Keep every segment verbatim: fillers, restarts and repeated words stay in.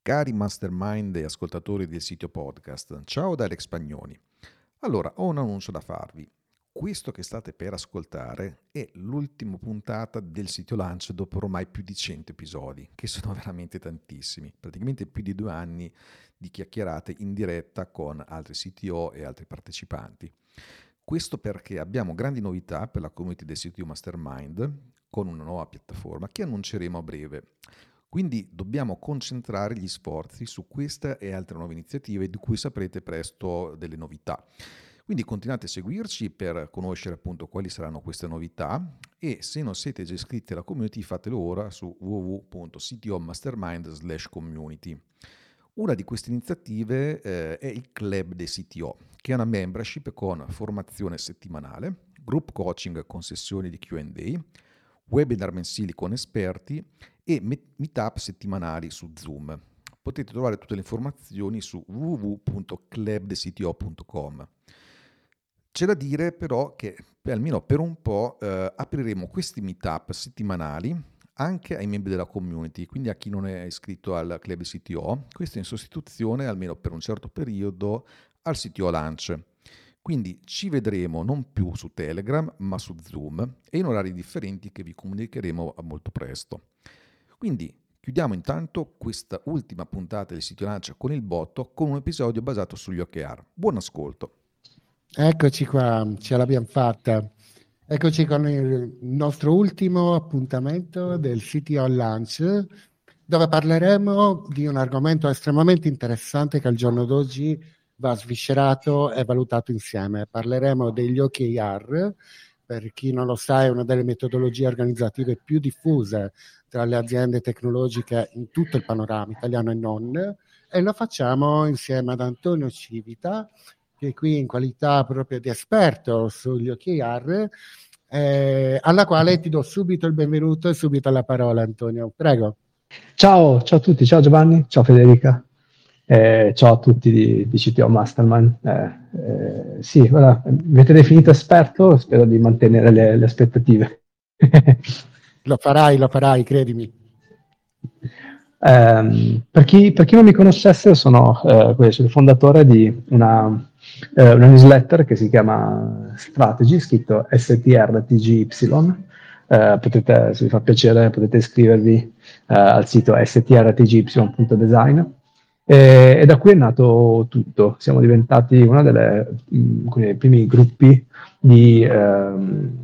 Cari mastermind e ascoltatori del sito podcast, ciao da Alex Pagnoni. Allora, ho un annuncio da farvi. Questo che state per ascoltare è l'ultima puntata del sito Lunch dopo ormai più di cento episodi, che sono veramente tantissimi, praticamente più di due anni di chiacchierate in diretta con altri C T O e altri partecipanti. Questo perché abbiamo grandi novità per la community del C T O Mastermind con una nuova piattaforma che annunceremo a breve. Quindi dobbiamo concentrare gli sforzi su questa e altre nuove iniziative di cui saprete presto delle novità. Quindi continuate a seguirci per conoscere appunto quali saranno queste novità e se non siete già iscritti alla community fatelo ora su w w w punto c t o mastermind slash community. Una di queste iniziative eh, è il Club dei C T O, che è una membership con formazione settimanale, group coaching con sessioni di Q and A, webinar mensili con esperti e meetup settimanali su Zoom. Potete trovare tutte le informazioni su w w w punto club de c t o punto com. C'è da dire però che almeno per un po' eh, apriremo questi meetup settimanali anche ai membri della community, quindi a chi non è iscritto al Club C T O, questo in sostituzione almeno per un certo periodo al C T O Lunch. Quindi ci vedremo non più su Telegram ma su Zoom e in orari differenti che vi comunicheremo molto presto. Quindi chiudiamo intanto questa ultima puntata del sito Lancia con il botto con un episodio basato sugli O K R. Buon ascolto. Eccoci qua, ce l'abbiamo fatta. Eccoci con il nostro ultimo appuntamento del C T O Lunch, dove parleremo di un argomento estremamente interessante che al giorno d'oggi va sviscerato e valutato insieme. Parleremo degli O K R. Per chi non lo sa, è una delle metodologie organizzative più diffuse tra le aziende tecnologiche in tutto il panorama italiano e non, e lo facciamo insieme ad Antonio Civita, che è qui in qualità proprio di esperto sugli O K R, eh, alla quale ti do subito il benvenuto e subito la parola, Antonio. Prego. Ciao, ciao a tutti, ciao Giovanni, ciao Federica, eh, ciao a tutti di, di C T O Mastermind. Eh, eh, sì, ora mi avete definito esperto, spero di mantenere le, le aspettative. Lo farai, lo farai, credimi. Eh, per, chi, per chi non mi conoscesse, sono eh, il fondatore di una, eh, una newsletter che si chiama Strategy, scritto S T R T G Y. Eh, potete, se vi fa piacere, potete iscrivervi eh, al sito s t r t g y punto design. E, e da qui è nato tutto. Siamo diventati uno dei primi gruppi di ehm,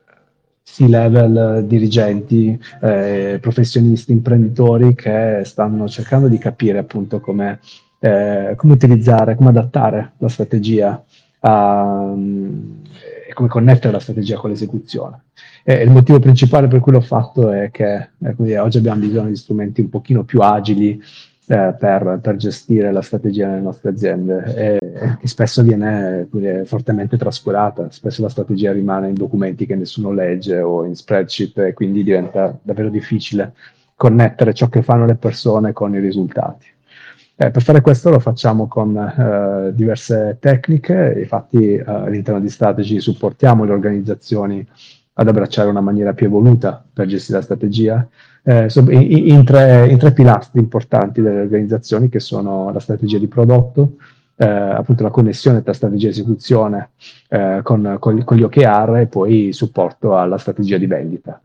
C-level dirigenti, eh, professionisti, imprenditori che stanno cercando di capire appunto come, eh, come utilizzare, come adattare la strategia a, e come connettere la strategia con l'esecuzione. E il motivo principale per cui l'ho fatto è che eh, quindi oggi abbiamo bisogno di strumenti un pochino più agili eh, per, per gestire la strategia nelle nostre aziende e, e che spesso viene quindi, fortemente trascurata. Spesso la strategia rimane in documenti che nessuno legge o in spreadsheet e quindi diventa davvero difficile connettere ciò che fanno le persone con i risultati. Eh, per fare questo lo facciamo con eh, diverse tecniche, infatti eh, all'interno di Strategy supportiamo le organizzazioni ad abbracciare una maniera più evoluta per gestire la strategia, eh, in, in, tre, in tre pilastri importanti delle organizzazioni che sono la strategia di prodotto, eh, appunto la connessione tra strategia e esecuzione eh, con, con, con gli O K R e poi supporto alla strategia di vendita.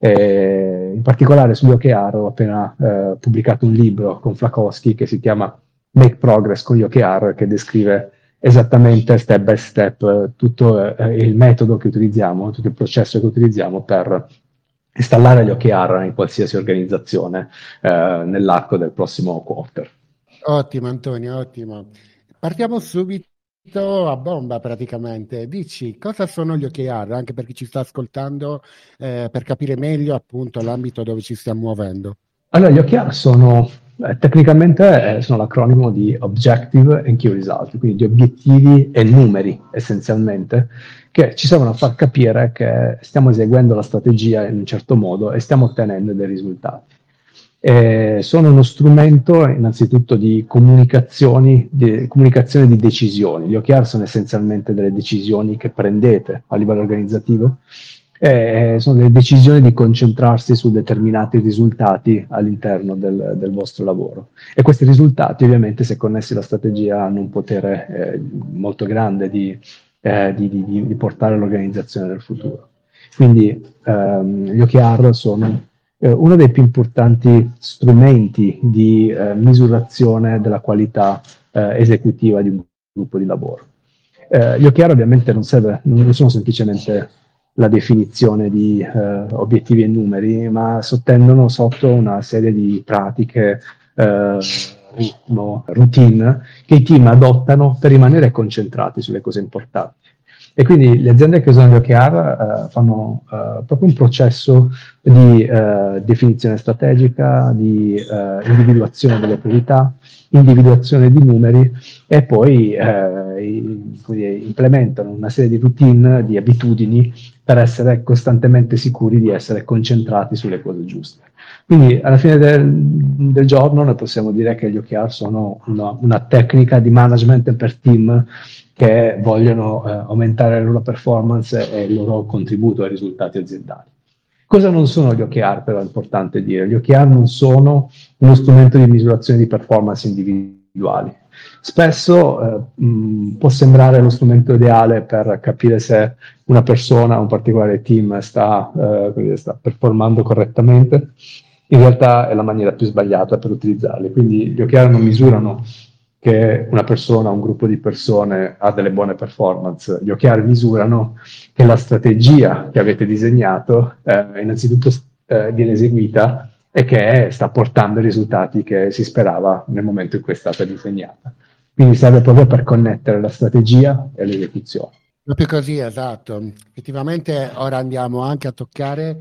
E in particolare sugli O K R ho appena eh, pubblicato un libro con Flakowski che si chiama Make Progress con gli O K R, che descrive esattamente step by step tutto eh, il metodo che utilizziamo, tutto il processo che utilizziamo per installare gli O K R in qualsiasi organizzazione eh, nell'arco del prossimo quarter. Ottimo Antonio, ottimo. Partiamo subito a bomba praticamente. Dici cosa sono gli O K R, anche per chi ci sta ascoltando, eh, per capire meglio appunto l'ambito dove ci stiamo muovendo. Allora, gli O K R sono eh, tecnicamente eh, sono l'acronimo di Objective and Key Result, quindi di obiettivi e numeri essenzialmente, che ci servono a far capire che stiamo eseguendo la strategia in un certo modo e stiamo ottenendo dei risultati. Eh, sono uno strumento innanzitutto di comunicazioni, di comunicazione di decisioni. Gli O K R sono essenzialmente delle decisioni che prendete a livello organizzativo Eh, sono delle decisioni di concentrarsi su determinati risultati all'interno del, del vostro lavoro. E questi risultati, ovviamente, se connessi alla strategia, hanno un potere eh, molto grande di, eh, di, di, di portare l'organizzazione del futuro. Quindi ehm, gli O K R sono eh, uno dei più importanti strumenti di eh, misurazione della qualità eh, esecutiva di un gruppo di lavoro. Eh, gli O K R ovviamente non serve, non sono semplicemente la definizione di eh, obiettivi e numeri, ma sottendono sotto una serie di pratiche, eh, ritmo, routine che i team adottano per rimanere concentrati sulle cose importanti. E quindi le aziende che usano gli O K R eh, fanno eh, proprio un processo di eh, definizione strategica, di eh, individuazione delle priorità, individuazione di numeri e poi eh, implementano una serie di routine, di abitudini per essere costantemente sicuri di essere concentrati sulle cose giuste. Quindi alla fine del, del giorno noi possiamo dire che gli O K R sono una, una tecnica di management per team che vogliono eh, aumentare la loro performance e il loro contributo ai risultati aziendali. Cosa non sono gli O K R, però è importante dire? Gli O K R non sono uno strumento di misurazione di performance individuali. Spesso eh, mh, può sembrare lo strumento ideale per capire se una persona, un particolare team sta, eh, sta performando correttamente. In realtà è la maniera più sbagliata per utilizzarli. Quindi gli O K R non misurano che una persona, un gruppo di persone ha delle buone performance. Gli O K R misurano che la strategia che avete disegnato eh, innanzitutto eh, viene eseguita e che sta portando i risultati che si sperava nel momento in cui è stata disegnata. Quindi serve proprio per connettere la strategia e l'esecuzione. Proprio così, esatto. Effettivamente ora andiamo anche a toccare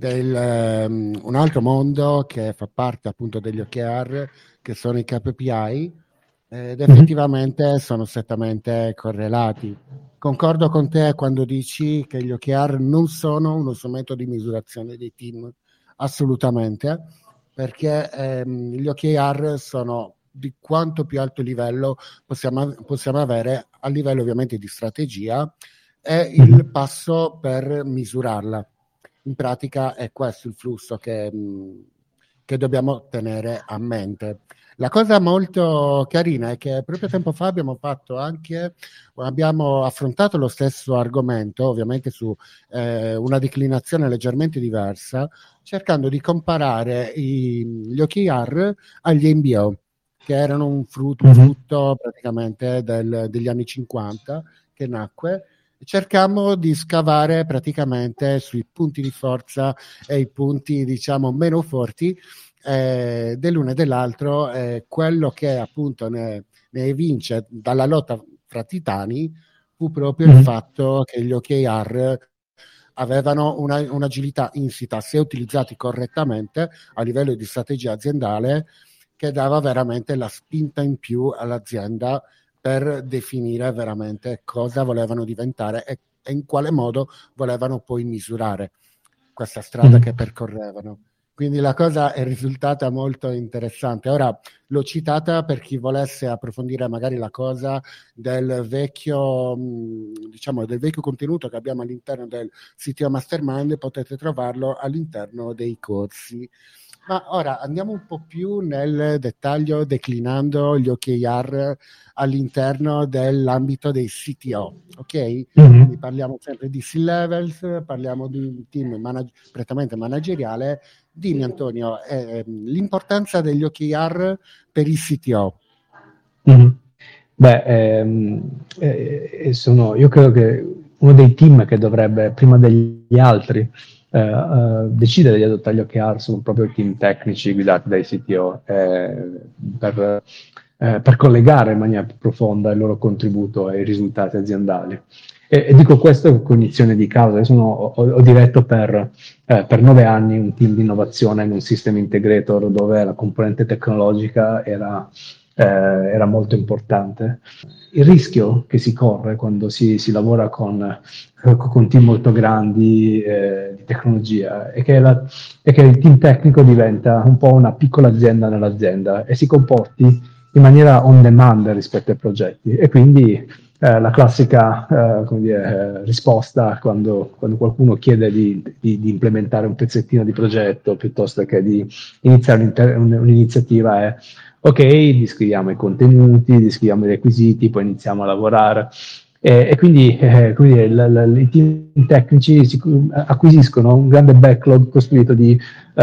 del, um, un altro mondo che fa parte appunto degli O K R, che sono i K P I, ed effettivamente mm-hmm. sono strettamente correlati. Concordo con te quando dici che gli O K R non sono uno strumento di misurazione dei team, assolutamente, perché ehm, gli O K R sono di quanto più alto livello possiamo, possiamo avere a livello ovviamente di strategia e il mm-hmm. passo per misurarla. In pratica è questo il flusso che, che dobbiamo tenere a mente. La cosa molto carina è che proprio tempo fa abbiamo fatto anche, abbiamo affrontato lo stesso argomento, ovviamente su eh, una declinazione leggermente diversa, cercando di comparare i, gli O K R agli M B O, che erano un frutto, un frutto praticamente del, degli anni cinquanta che nacque. Cercammo di scavare praticamente sui punti di forza e i punti diciamo meno forti eh, dell'uno e dell'altro, eh, quello che appunto ne, ne vince dalla lotta fra titani fu proprio mm-hmm. il fatto che gli O K R avevano una, un'agilità insita, se utilizzati correttamente a livello di strategia aziendale, che dava veramente la spinta in più all'azienda per definire veramente cosa volevano diventare e, e in quale modo volevano poi misurare questa strada mm. che percorrevano. Quindi la cosa è risultata molto interessante. Ora l'ho citata per chi volesse approfondire magari la cosa del vecchio, diciamo, del vecchio contenuto che abbiamo all'interno del C T O Mastermind, potete trovarlo all'interno dei corsi. Ma ora andiamo un po' più nel dettaglio, declinando gli O K R all'interno dell'ambito dei C T O, ok? Mm-hmm. Quindi parliamo sempre di C-levels, parliamo di un team manag- prettamente manageriale. Dimmi Antonio, eh, l'importanza degli O K R per il C T O. Mm-hmm. Beh, ehm, eh, sono, io credo che uno dei team che dovrebbe, prima degli altri, Uh, uh, decidere di adottare gli O K R sono proprio i team tecnici guidati dai C T O eh, per, eh, per collegare in maniera più profonda il loro contributo ai risultati aziendali. E, e dico questo con cognizione di causa. Io sono, ho, ho diretto per, eh, per nove anni un team di innovazione in un system integrator dove la componente tecnologica era, eh, era molto importante. Il rischio che si corre quando si, si lavora con con team molto grandi eh, di tecnologia è che, la, è che il team tecnico diventa un po' una piccola azienda nell'azienda e si comporti in maniera on demand rispetto ai progetti e quindi eh, la classica eh, come dire, eh, risposta quando, quando qualcuno chiede di, di, di implementare un pezzettino di progetto piuttosto che di iniziare un, un'iniziativa è: ok, descriviamo i contenuti, descriviamo i requisiti, poi iniziamo a lavorare. E, e quindi, eh, quindi l, l, i team tecnici si, acquisiscono un grande backlog costruito di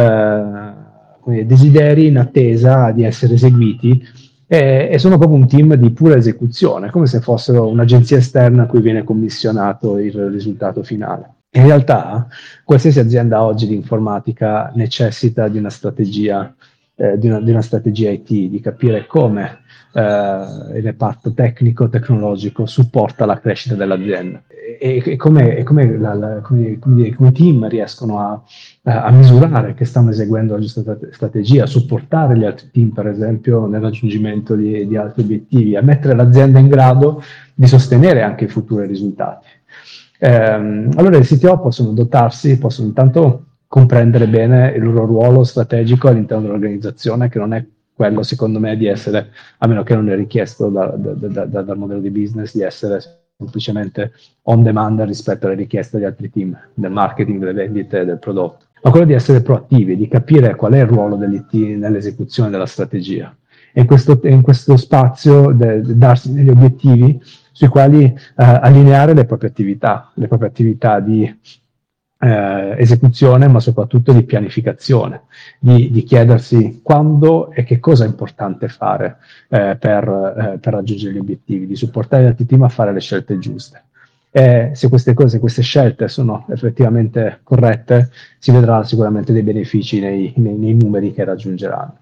eh, desideri in attesa di essere eseguiti, e, e sono proprio un team di pura esecuzione, come se fossero un'agenzia esterna a cui viene commissionato il risultato finale. In realtà, qualsiasi azienda oggi di informatica necessita di una strategia Eh, di, una, di una strategia I T, di capire come eh, il reparto tecnico-tecnologico supporta la crescita dell'azienda e, e come, e come, la, la, come, come, come team riescono a, a misurare che stanno eseguendo la giusta strategia, a supportare gli altri team, per esempio, nel raggiungimento di, di altri obiettivi, a mettere l'azienda in grado di sostenere anche i futuri risultati. Eh, allora i C T O possono dotarsi, possono intanto comprendere bene il loro ruolo strategico all'interno dell'organizzazione, che non è quello, secondo me, di essere, a meno che non è richiesto da, da, da, da, dal modello di business, di essere semplicemente on demand rispetto alle richieste degli altri team, del marketing, delle vendite, del prodotto, ma quello di essere proattivi, di capire qual è il ruolo dell'I T nell'esecuzione della strategia. E in questo, in questo spazio de, de darsi degli obiettivi sui quali eh, allineare le proprie attività, le proprie attività di Eh, esecuzione, ma soprattutto di pianificazione, di, di chiedersi quando e che cosa è importante fare eh, per, eh, per raggiungere gli obiettivi, di supportare gli altri team a fare le scelte giuste. E se queste cose, queste scelte sono effettivamente corrette, si vedrà sicuramente dei benefici nei, nei, nei numeri che raggiungeranno.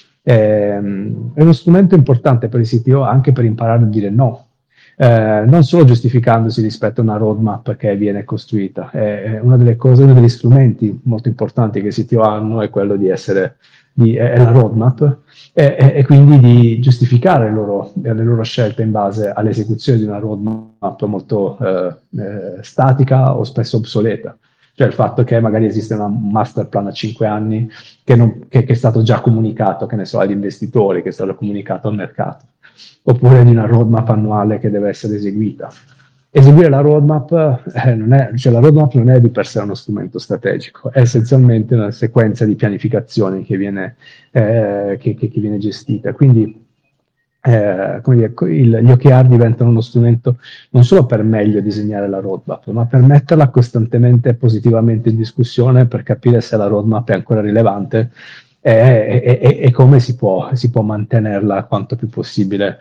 E, è uno strumento importante per i C T O anche per imparare a dire no. Eh, non solo giustificandosi rispetto a una roadmap che viene costruita. Eh, una delle cose, uno degli strumenti molto importanti che i C T O hanno è quello di essere, di, è la roadmap, e, e, e quindi di giustificare le loro, le loro scelte in base all'esecuzione di una roadmap molto eh, eh, statica o spesso obsoleta. Cioè il fatto che magari esiste una master plan a cinque anni che, non, che, che è stato già comunicato, che ne so, agli investitori, che è stato comunicato al mercato, oppure di una roadmap annuale che deve essere eseguita. Eseguire la roadmap, eh, non è, cioè la roadmap non è di per sé uno strumento strategico, è essenzialmente una sequenza di pianificazione che viene, eh, che, che, che viene gestita. Quindi eh, come dire, il, gli O K R diventano uno strumento non solo per meglio disegnare la roadmap, ma per metterla costantemente positivamente in discussione, per capire se la roadmap è ancora rilevante e, e, e, e come si può, si può mantenerla quanto più possibile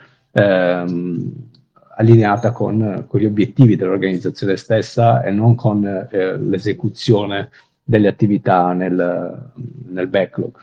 ehm, allineata con, con gli obiettivi dell'organizzazione stessa e non con eh, l'esecuzione delle attività nel, nel backlog.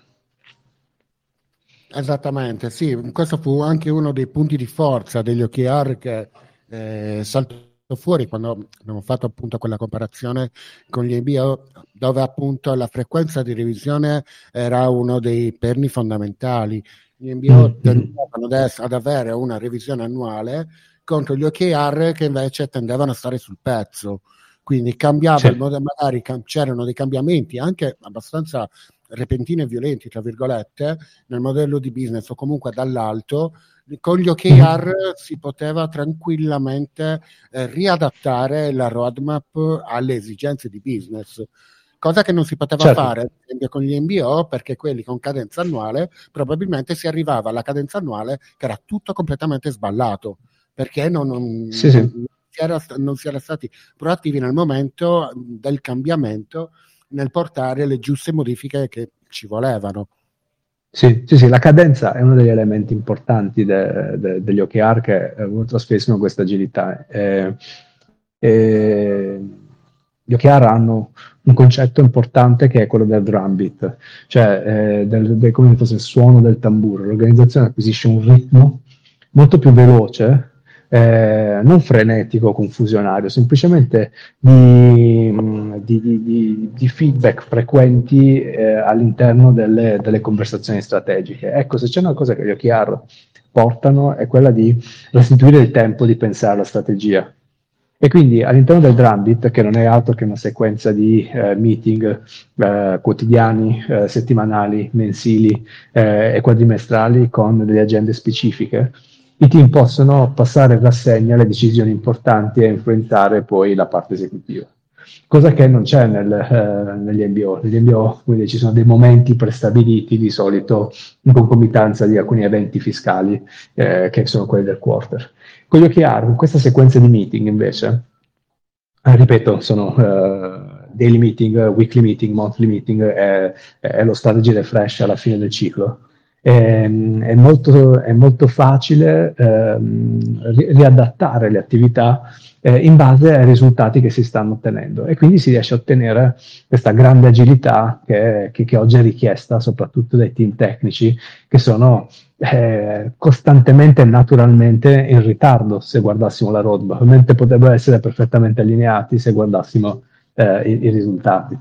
Esattamente, sì, questo fu anche uno dei punti di forza degli O K R che eh, saltò fuori quando abbiamo fatto appunto quella comparazione con gli M B O, dove appunto la frequenza di revisione era uno dei perni fondamentali. Gli M B O tendevano ad avere una revisione annuale contro gli O K R che invece tendevano a stare sul pezzo, quindi cambiava sì. il modo, magari cam- c'erano dei cambiamenti anche abbastanza repentini e violenti, tra virgolette, nel modello di business o comunque dall'alto. Con gli O K R si poteva tranquillamente eh, riadattare la roadmap alle esigenze di business, cosa che non si poteva certo. fare ad esempio con gli M B O, perché quelli con cadenza annuale probabilmente si arrivava alla cadenza annuale che era tutto completamente sballato, perché non, non, sì, sì. non, si era, non si era stati proattivi nel momento del cambiamento, nel portare le giuste modifiche che ci volevano. Sì, sì, sì, la cadenza è uno degli elementi importanti de, de, degli O K R che eh, trasferiscono questa agilità. Eh, eh, gli O K R hanno un concetto importante che è quello del drumbeat, cioè eh, del, del, come fosse il suono del tamburo. L'organizzazione acquisisce un ritmo molto più veloce, Eh, non frenetico o confusionario, semplicemente di, di, di, di feedback frequenti eh, all'interno delle, delle conversazioni strategiche. Ecco, se c'è una cosa che gli O K R portano è quella di restituire il tempo di pensare alla strategia. E quindi all'interno del drumbeat, che non è altro che una sequenza di eh, meeting eh, quotidiani, eh, settimanali, mensili eh, e quadrimestrali con delle agende specifiche, i team possono passare in rassegna le decisioni importanti e influenzare poi la parte esecutiva. Cosa che non c'è nel, eh, negli M B O. Negli M B O quindi ci sono dei momenti prestabiliti, di solito in concomitanza di alcuni eventi fiscali, eh, che sono quelli del quarter. Con gli O K R, in questa sequenza di meeting invece, eh, ripeto, sono eh, daily meeting, weekly meeting, monthly meeting, è, è lo strategy refresh alla fine del ciclo. È, è, molto, è molto facile ehm, ri- riadattare le attività eh, in base ai risultati che si stanno ottenendo, e quindi si riesce a ottenere questa grande agilità che, che, che oggi è richiesta soprattutto dai team tecnici, che sono eh, costantemente e naturalmente in ritardo se guardassimo la roadmap, mentre potrebbero essere perfettamente allineati se guardassimo eh, i, i risultati.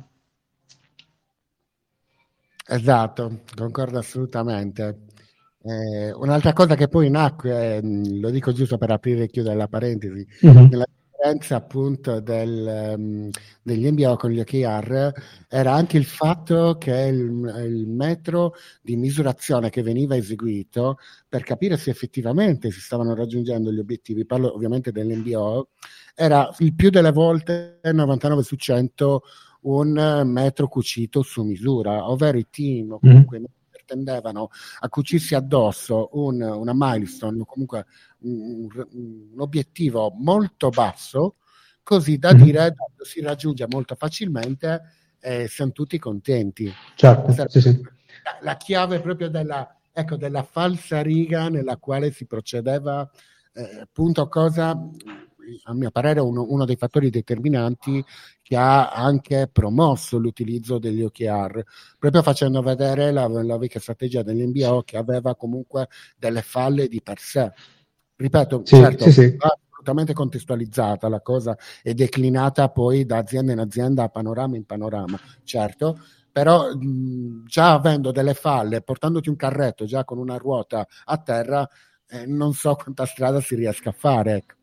Esatto, concordo assolutamente. Eh, un'altra cosa che poi nacque, mh, lo dico giusto per aprire e chiudere la parentesi, Mhm. nella differenza appunto del, mh, degli M B O con gli O K R era anche il fatto che il, il metro di misurazione che veniva eseguito per capire se effettivamente si stavano raggiungendo gli obiettivi, parlo ovviamente dell'M B O, era il più delle volte, novantanove su cento, un eh, metro cucito su misura, ovvero i team o Mhm. comunque i manager tendevano a cucirsi addosso un, una milestone o comunque un, un obiettivo molto basso, così da Mhm. dire si raggiunge molto facilmente e siamo tutti contenti. Certo, Questa era sì, sì. la, la chiave proprio della, ecco, della falsa riga nella quale si procedeva, eh, appunto cosa, a mio parere, uno, uno dei fattori determinanti che ha anche promosso l'utilizzo degli O K R, proprio facendo vedere la, la vecchia strategia dell'M B O che aveva comunque delle falle di per sé. Ripeto, Sì, certo, sì, sì. va assolutamente contestualizzata la cosa e declinata poi da azienda in azienda, panorama in panorama, certo, però mh, già avendo delle falle, portandoti un carretto già con una ruota a terra, eh, non so quanta strada si riesca a fare. Ecco.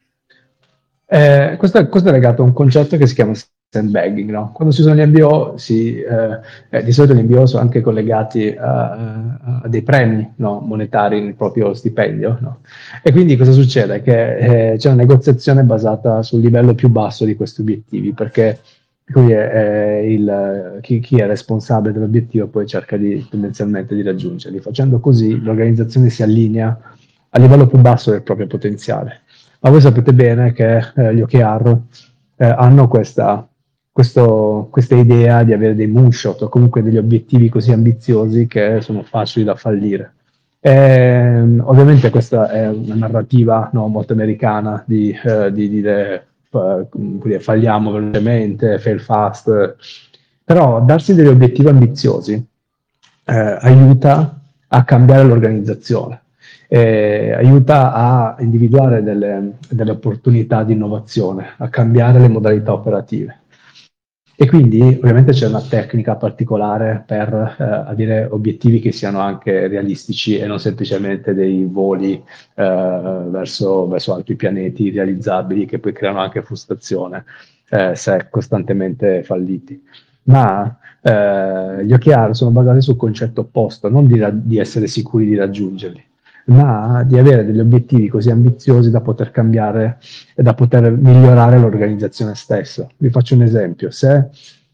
Eh, questo, è, questo è legato a un concetto che si chiama sandbagging, no? Quando si usano gli M B O, si, eh, eh, di solito gli M B O sono anche collegati a, a dei premi, no? Monetari nel proprio stipendio, no? E quindi cosa succede? Che eh, c'è una negoziazione basata sul livello più basso di questi obiettivi, perché qui è, è il, chi, chi è responsabile dell'obiettivo poi cerca di, tendenzialmente di raggiungerli. Facendo così l'organizzazione si allinea a livello più basso del proprio potenziale. Ma voi sapete bene che eh, gli O K R eh, hanno questa, questo, questa idea di avere dei moonshot o comunque degli obiettivi così ambiziosi che sono facili da fallire. E, ovviamente questa è una narrativa, no, molto americana di, eh, di dire eh, falliamo velocemente, fail fast, però darsi degli obiettivi ambiziosi eh, aiuta a cambiare l'organizzazione. Eh, aiuta a individuare delle, delle opportunità di innovazione, a cambiare le modalità operative. E quindi ovviamente c'è una tecnica particolare per eh, avere obiettivi che siano anche realistici e non semplicemente dei voli eh, verso, verso altri pianeti realizzabili che poi creano anche frustrazione eh, se costantemente falliti. Ma eh, gli O K R sono basati sul concetto opposto, non di, di essere sicuri di raggiungerli, ma di avere degli obiettivi così ambiziosi da poter cambiare e da poter migliorare l'organizzazione stessa. Vi faccio un esempio: se,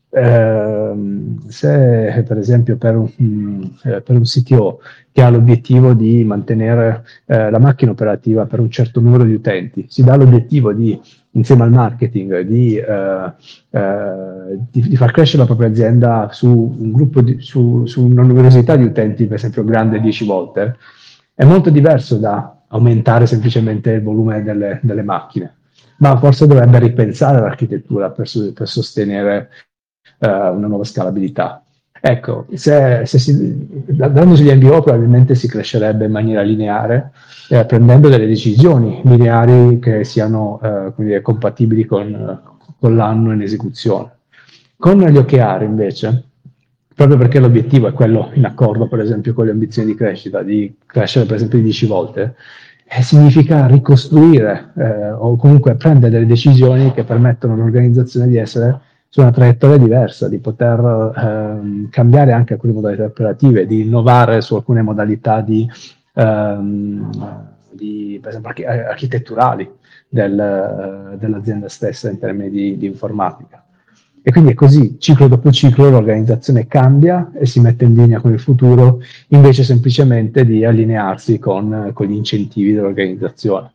ehm, se per esempio per un, eh, per un C T O che ha l'obiettivo di mantenere eh, la macchina operativa per un certo numero di utenti, si dà l'obiettivo di, insieme al marketing, di, eh, eh, di, di far crescere la propria azienda su un gruppo di, su, su una numerosità di utenti, per esempio grande dieci volte, è molto diverso da aumentare semplicemente il volume delle, delle macchine, ma forse dovrebbe ripensare l'architettura per, per sostenere uh, una nuova scalabilità. Ecco, se, se si, dandosi gli M B O probabilmente si crescerebbe in maniera lineare, eh, prendendo delle decisioni lineari che siano eh, dire, compatibili con, con l'anno in esecuzione. Con gli O K R invece, proprio perché l'obiettivo è quello in accordo per esempio con le ambizioni di crescita, di crescere per esempio di dieci volte, eh, significa ricostruire eh, o comunque prendere delle decisioni che permettono all'organizzazione di essere su una traiettoria diversa, di poter ehm, cambiare anche alcune modalità operative, di innovare su alcune modalità di, ehm, di, per esempio, archi- architetturali del, dell'azienda stessa in termini di, di informatica. E quindi è così, ciclo dopo ciclo, l'organizzazione cambia e si mette in linea con il futuro, invece semplicemente di allinearsi con, con gli incentivi dell'organizzazione.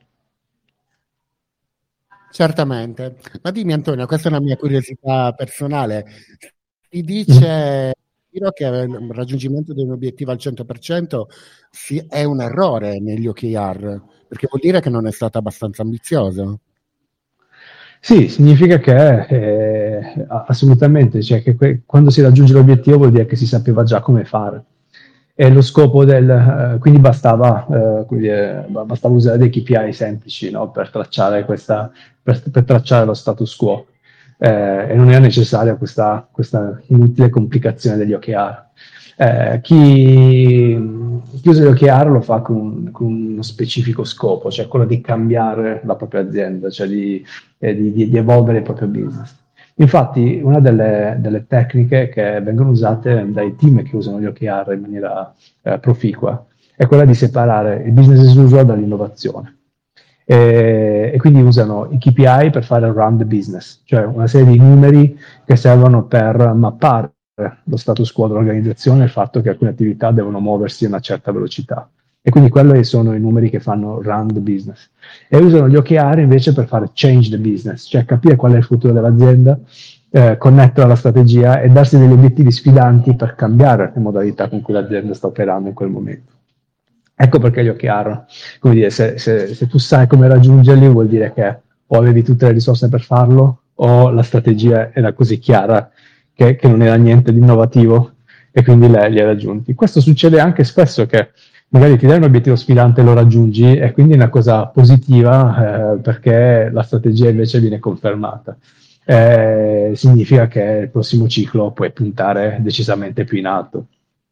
Certamente. Ma dimmi Antonio, questa è una mia curiosità personale. Si dice che il raggiungimento di un obiettivo al cento per cento si- è un errore negli O K R, perché vuol dire che non è stato abbastanza ambizioso. Sì, significa che eh, assolutamente, cioè che que- quando si raggiunge l'obiettivo vuol dire che si sapeva già come fare. E lo scopo del, eh, quindi bastava, eh, quindi, eh, ba- bastava usare dei K P I semplici, no, per tracciare questa, per, per tracciare lo status quo. Eh, e non era necessaria questa, questa inutile complicazione degli O K R. Eh, chi, chi usa gli O K R lo fa con, con uno specifico scopo, cioè quello di cambiare la propria azienda, cioè di, eh, di, di, di evolvere il proprio business. Infatti, una delle, delle tecniche che vengono usate dai team che usano gli O K R in maniera eh, proficua è quella di separare il business as usual dall'innovazione. E, e quindi usano i K P I per fare run the business, cioè una serie di numeri che servono per mappare lo status quo dell'organizzazione e il fatto che alcune attività devono muoversi a una certa velocità. E quindi quelli sono i numeri che fanno run the business. E usano gli O K R invece per fare change the business, cioè capire qual è il futuro dell'azienda, eh, connettere alla strategia e darsi degli obiettivi sfidanti per cambiare le modalità con cui l'azienda sta operando in quel momento. Ecco perché gli O K R, come dire, se, se, se tu sai come raggiungerli vuol dire che o avevi tutte le risorse per farlo o la strategia era così chiara che, che non era niente di innovativo e quindi le, li hai raggiunti. Questo succede anche spesso che magari ti dai un obiettivo sfidante e lo raggiungi e quindi è una cosa positiva eh, perché la strategia invece viene confermata. Eh, significa che il prossimo ciclo puoi puntare decisamente più in alto.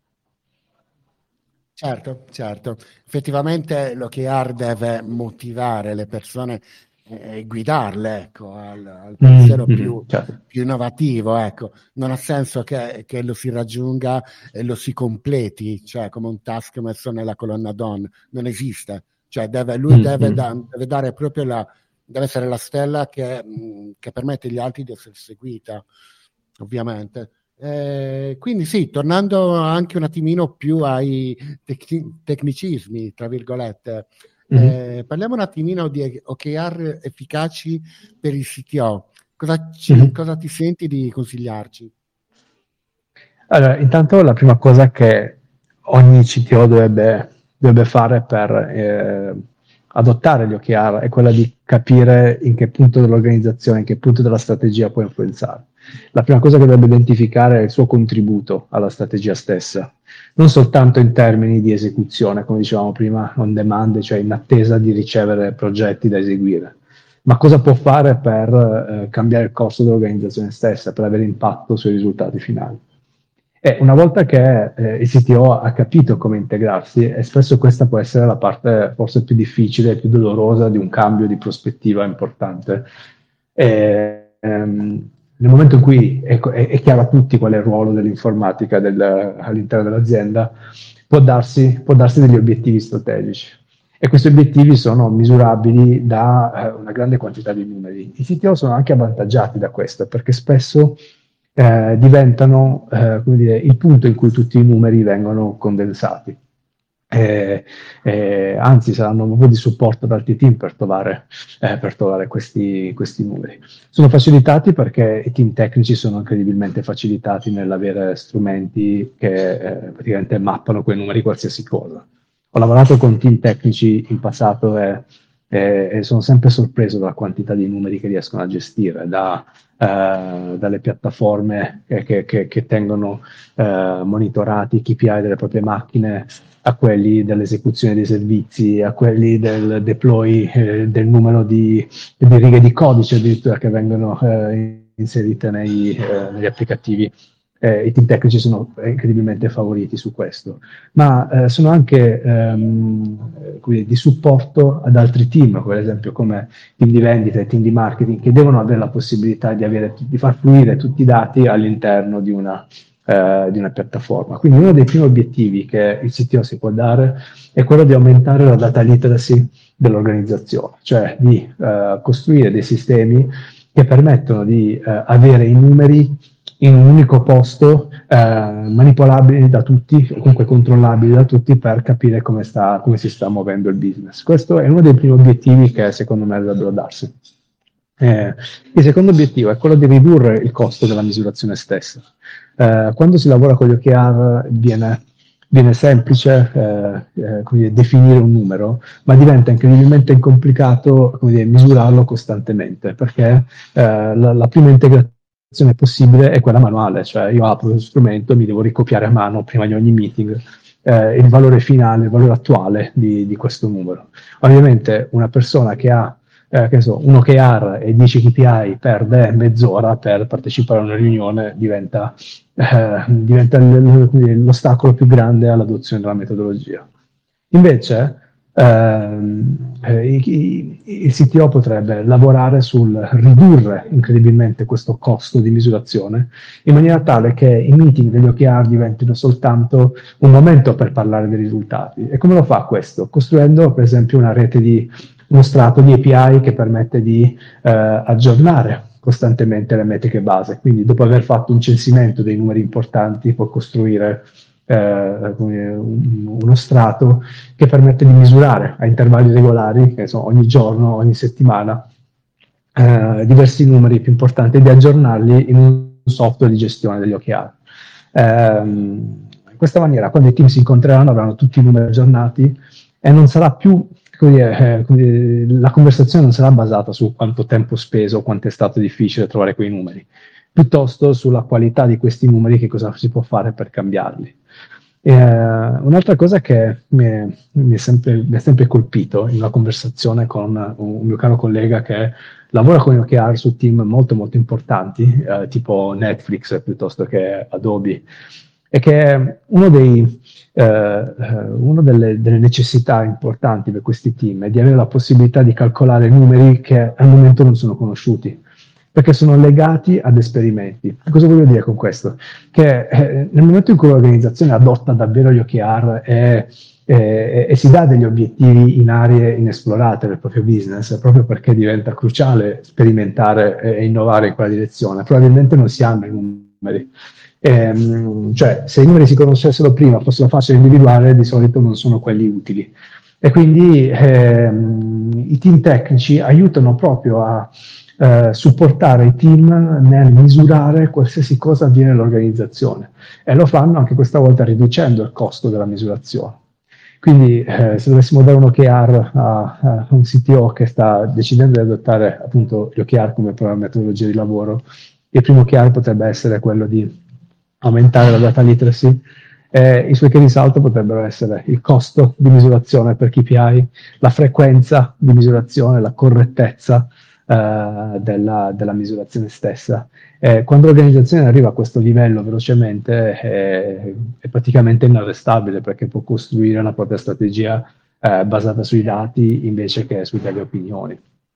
Certo, certo. Effettivamente l'O K R deve motivare le persone e guidarle, ecco, al, al pensiero Mm-hmm, più, certo. più innovativo, ecco. Non ha senso che, che lo si raggiunga e lo si completi, cioè come un task messo nella colonna Dawn. Non esiste. Cioè deve, lui deve, Mm-hmm. da- deve dare proprio la, deve essere la stella che, mh, che permette agli altri di essere seguita, ovviamente. Eh, quindi sì, tornando anche un attimino più ai tec- tecnicismi, tra virgolette, Mm-hmm. eh, parliamo un attimino di O K R efficaci per il C T O. Cosa, ci, Mm-hmm. cosa ti senti di consigliarci? Allora, intanto la prima cosa che ogni C T O dovrebbe, dovrebbe fare per eh, adottare gli O K R è quella di capire in che punto dell'organizzazione, in che punto della strategia può influenzare. La prima cosa che dovrebbe identificare è il suo contributo alla strategia stessa, non soltanto in termini di esecuzione, come dicevamo prima, on demand, cioè in attesa di ricevere progetti da eseguire, ma cosa può fare per eh, cambiare il corso dell'organizzazione stessa, per avere impatto sui risultati finali. E una volta che eh, il C T O ha capito come integrarsi, e spesso questa può essere la parte forse più difficile e più dolorosa di un cambio di prospettiva importante. E, ehm, nel momento in cui è, è, è chiaro a tutti qual è il ruolo dell'informatica del, all'interno dell'azienda, può darsi, può darsi degli obiettivi strategici. E questi obiettivi sono misurabili da eh, una grande quantità di numeri. I C T O sono anche avvantaggiati da questo, perché spesso eh, diventano eh, come dire, il punto in cui tutti i numeri vengono condensati. Eh, eh, anzi, saranno proprio di supporto ad altri team per trovare, eh, per trovare questi, questi numeri. Sono facilitati perché i team tecnici sono incredibilmente facilitati nell'avere strumenti che eh, praticamente mappano quei numeri qualsiasi cosa. Ho lavorato con team tecnici in passato e, e, e sono sempre sorpreso dalla quantità di numeri che riescono a gestire, da, eh, dalle piattaforme che, che, che, che tengono eh, monitorati i K P I delle proprie macchine, a quelli dell'esecuzione dei servizi, a quelli del deploy eh, del numero di, di righe di codice addirittura che vengono eh, inserite nei, eh, negli applicativi. Eh, I team tecnici sono incredibilmente favoriti su questo, ma eh, sono anche ehm, quindi di supporto ad altri team, per esempio come team di vendita e team di marketing, che devono avere la possibilità di, avere, di far fluire tutti i dati all'interno di una, eh, di una piattaforma. Quindi uno dei primi obiettivi che il C T O si può dare è quello di aumentare la data literacy dell'organizzazione, cioè di eh, costruire dei sistemi che permettono di eh, avere i numeri in un unico posto, eh, manipolabili da tutti, o comunque controllabili da tutti, per capire come, sta, come si sta muovendo il business. Questo è uno dei primi obiettivi che secondo me dovrebbero darsi. Eh, il secondo obiettivo è quello di ridurre il costo della misurazione stessa. Eh, quando si lavora con gli O K R viene, viene semplice eh, eh, come dire, definire un numero, ma diventa incredibilmente complicato come dire, misurarlo costantemente, perché eh, la, la prima integrazione possibile è quella manuale, cioè io apro lo strumento e mi devo ricopiare a mano prima di ogni meeting eh, il valore finale, il valore attuale di, di questo numero. Ovviamente una persona che ha eh, che so, un O K R e dieci K P I perde mezz'ora per partecipare a una riunione, diventa, eh, diventa l'ostacolo più grande all'adozione della metodologia. Invece ehm, eh, i, i, il C T O potrebbe lavorare sul ridurre incredibilmente questo costo di misurazione, in maniera tale che i meeting degli O K R diventino soltanto un momento per parlare dei risultati. E come lo fa questo? Costruendo per esempio una rete di uno strato di A P I che permette di eh, aggiornare costantemente le metriche base. Quindi dopo aver fatto un censimento dei numeri importanti può costruire eh, uno strato che permette di misurare a intervalli regolari, che so, ogni giorno, ogni settimana, eh, diversi numeri più importanti e di aggiornarli in un software di gestione degli O K R. Eh, in questa maniera, quando i team si incontreranno, avranno tutti i numeri aggiornati e non sarà più Come dire, eh, come dire, la conversazione non sarà basata su quanto tempo speso, quanto è stato difficile trovare quei numeri, piuttosto sulla qualità di questi numeri, che cosa si può fare per cambiarli. Eh, un'altra cosa che mi è, mi, è sempre, mi è sempre colpito in una conversazione con un, un mio caro collega che lavora con gli O K R su team molto molto importanti, eh, tipo Netflix piuttosto che Adobe, è che uno dei, eh, una delle, delle necessità importanti per questi team è di avere la possibilità di calcolare numeri che al momento non sono conosciuti, perché sono legati ad esperimenti. Cosa voglio dire con questo? Che eh, nel momento in cui l'organizzazione adotta davvero gli O K R e, e, e si dà degli obiettivi in aree inesplorate del proprio business, proprio perché diventa cruciale sperimentare e innovare in quella direzione, probabilmente non si hanno i numeri. Ehm, cioè, se i numeri si conoscessero prima, fossero facili da individuare, di solito non sono quelli utili. E quindi ehm, i team tecnici aiutano proprio a eh, supportare i team nel misurare qualsiasi cosa avviene nell'organizzazione, e lo fanno anche questa volta riducendo il costo della misurazione. Quindi eh, se dovessimo dare un O K R a, a un C T O che sta decidendo di adottare appunto gli O K R come metodologia di lavoro, il primo O K R potrebbe essere quello di aumentare la data literacy. Eh, I suoi che risalto potrebbero essere il costo di misurazione per K P I, la frequenza di misurazione, la correttezza eh, della, della misurazione stessa. Eh, quando l'organizzazione arriva a questo livello velocemente eh, è praticamente inarrestabile, perché può costruire una propria strategia eh, basata sui dati invece che su delle opinioni.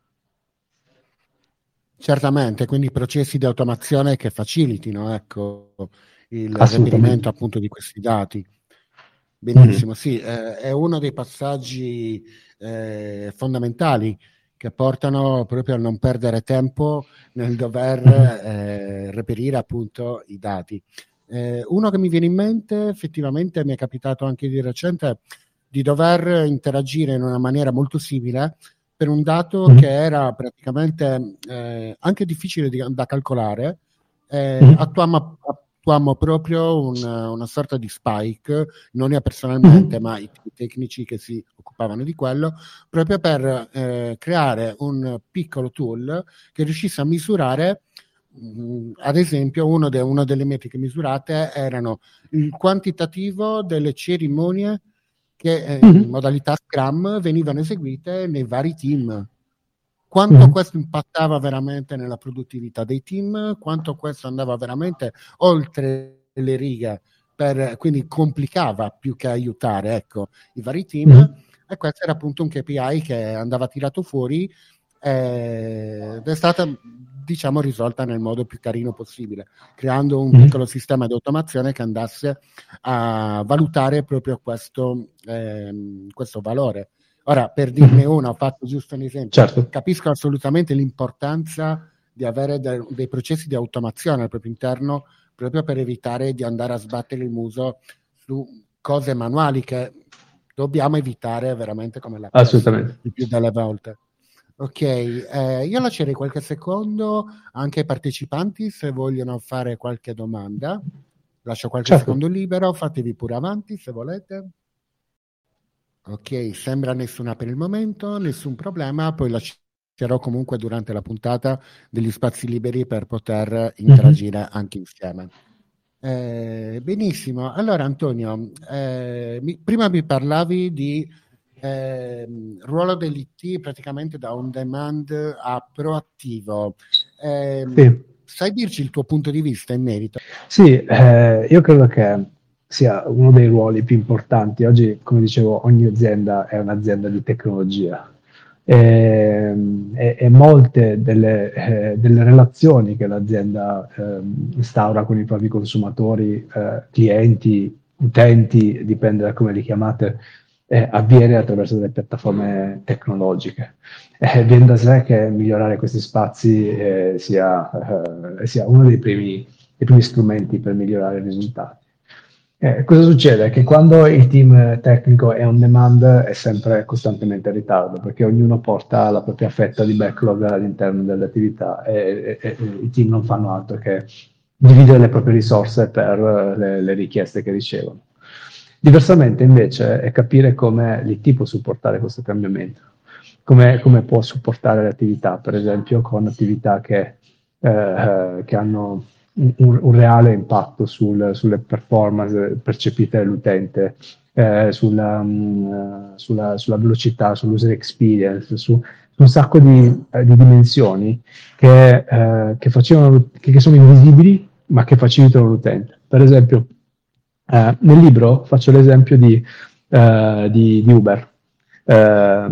Certamente, quindi processi di automazione che facilitino, ecco, il reperimento appunto di questi dati. Benissimo, mm-hmm. Sì, eh, è uno dei passaggi eh, fondamentali che portano proprio a non perdere tempo nel dover eh, reperire appunto i dati. Eh, uno che mi viene in mente, effettivamente mi è capitato anche di recente, di dover interagire in una maniera molto simile per un dato mm-hmm. che era praticamente eh, anche difficile di, da calcolare. Eh, mm-hmm. attuammo, attuammo proprio un, una sorta di spike, non io personalmente, mm-hmm. ma i tecnici che si occupavano di quello, proprio per eh, creare un piccolo tool che riuscisse a misurare, mh, ad esempio, uno de, una delle metriche misurate erano il quantitativo delle cerimonie che eh, mm-hmm. in modalità Scrum venivano eseguite nei vari team. Quanto mm-hmm. questo impattava veramente nella produttività dei team, quanto questo andava veramente oltre le righe, per, quindi complicava più che aiutare, ecco, i vari team. Mm-hmm. E questo era appunto un K P I che andava tirato fuori eh, ed è stata diciamo risolta nel modo più carino possibile, creando un Mhm. piccolo sistema di automazione che andasse a valutare proprio questo, ehm, questo valore. Ora, per dirne Mhm. una, ho fatto giusto un esempio. Certo. Capisco assolutamente l'importanza di avere de- dei processi di automazione al proprio interno, proprio per evitare di andare a sbattere il muso su cose manuali che dobbiamo evitare veramente come la peste Assolutamente. il più delle volte. Ok, eh, io lascerei qualche secondo anche ai partecipanti se vogliono fare qualche domanda. Lascio qualche Certo. secondo libero, fatevi pure avanti se volete. Ok, sembra nessuna per il momento, nessun problema, poi lascerò comunque durante la puntata degli spazi liberi per poter interagire Mhm. anche insieme. Eh, benissimo, allora Antonio, eh, mi- prima mi parlavi di ehm, ruolo dell'I T praticamente da on demand a proattivo. Ehm, Sì. sai dirci il tuo punto di vista in merito? Sì, eh, io credo che sia uno dei ruoli più importanti. Oggi, come dicevo, ogni azienda è un'azienda di tecnologia e, e- e molte delle, eh, delle relazioni che l'azienda ehm, instaura con i propri consumatori, eh, clienti, utenti, dipende da come li chiamate, eh, avviene attraverso delle piattaforme tecnologiche. Eh, viene da sé che migliorare questi spazi eh, sia, eh, sia uno dei primi i primi strumenti per migliorare i risultati. Eh, cosa succede? Che quando il team tecnico è on demand è sempre costantemente in ritardo perché ognuno porta la propria fetta di backlog all'interno delle attività e, e- e i team non fanno altro che dividere le proprie risorse per eh, le, le richieste che ricevono. Diversamente invece è capire come l'I T può supportare questo cambiamento, come, come può supportare le attività, per esempio con attività che, eh, che hanno un, un reale impatto sul- sulle performance percepite dall'utente, eh, sulla, mh, sulla, sulla velocità, sull'user experience, su, su un sacco di, eh, di dimensioni che, eh, che, facevano, che, che sono invisibili ma che facilitano l'utente. Per esempio, eh, nel libro faccio l'esempio di, eh, di, di Uber. Eh,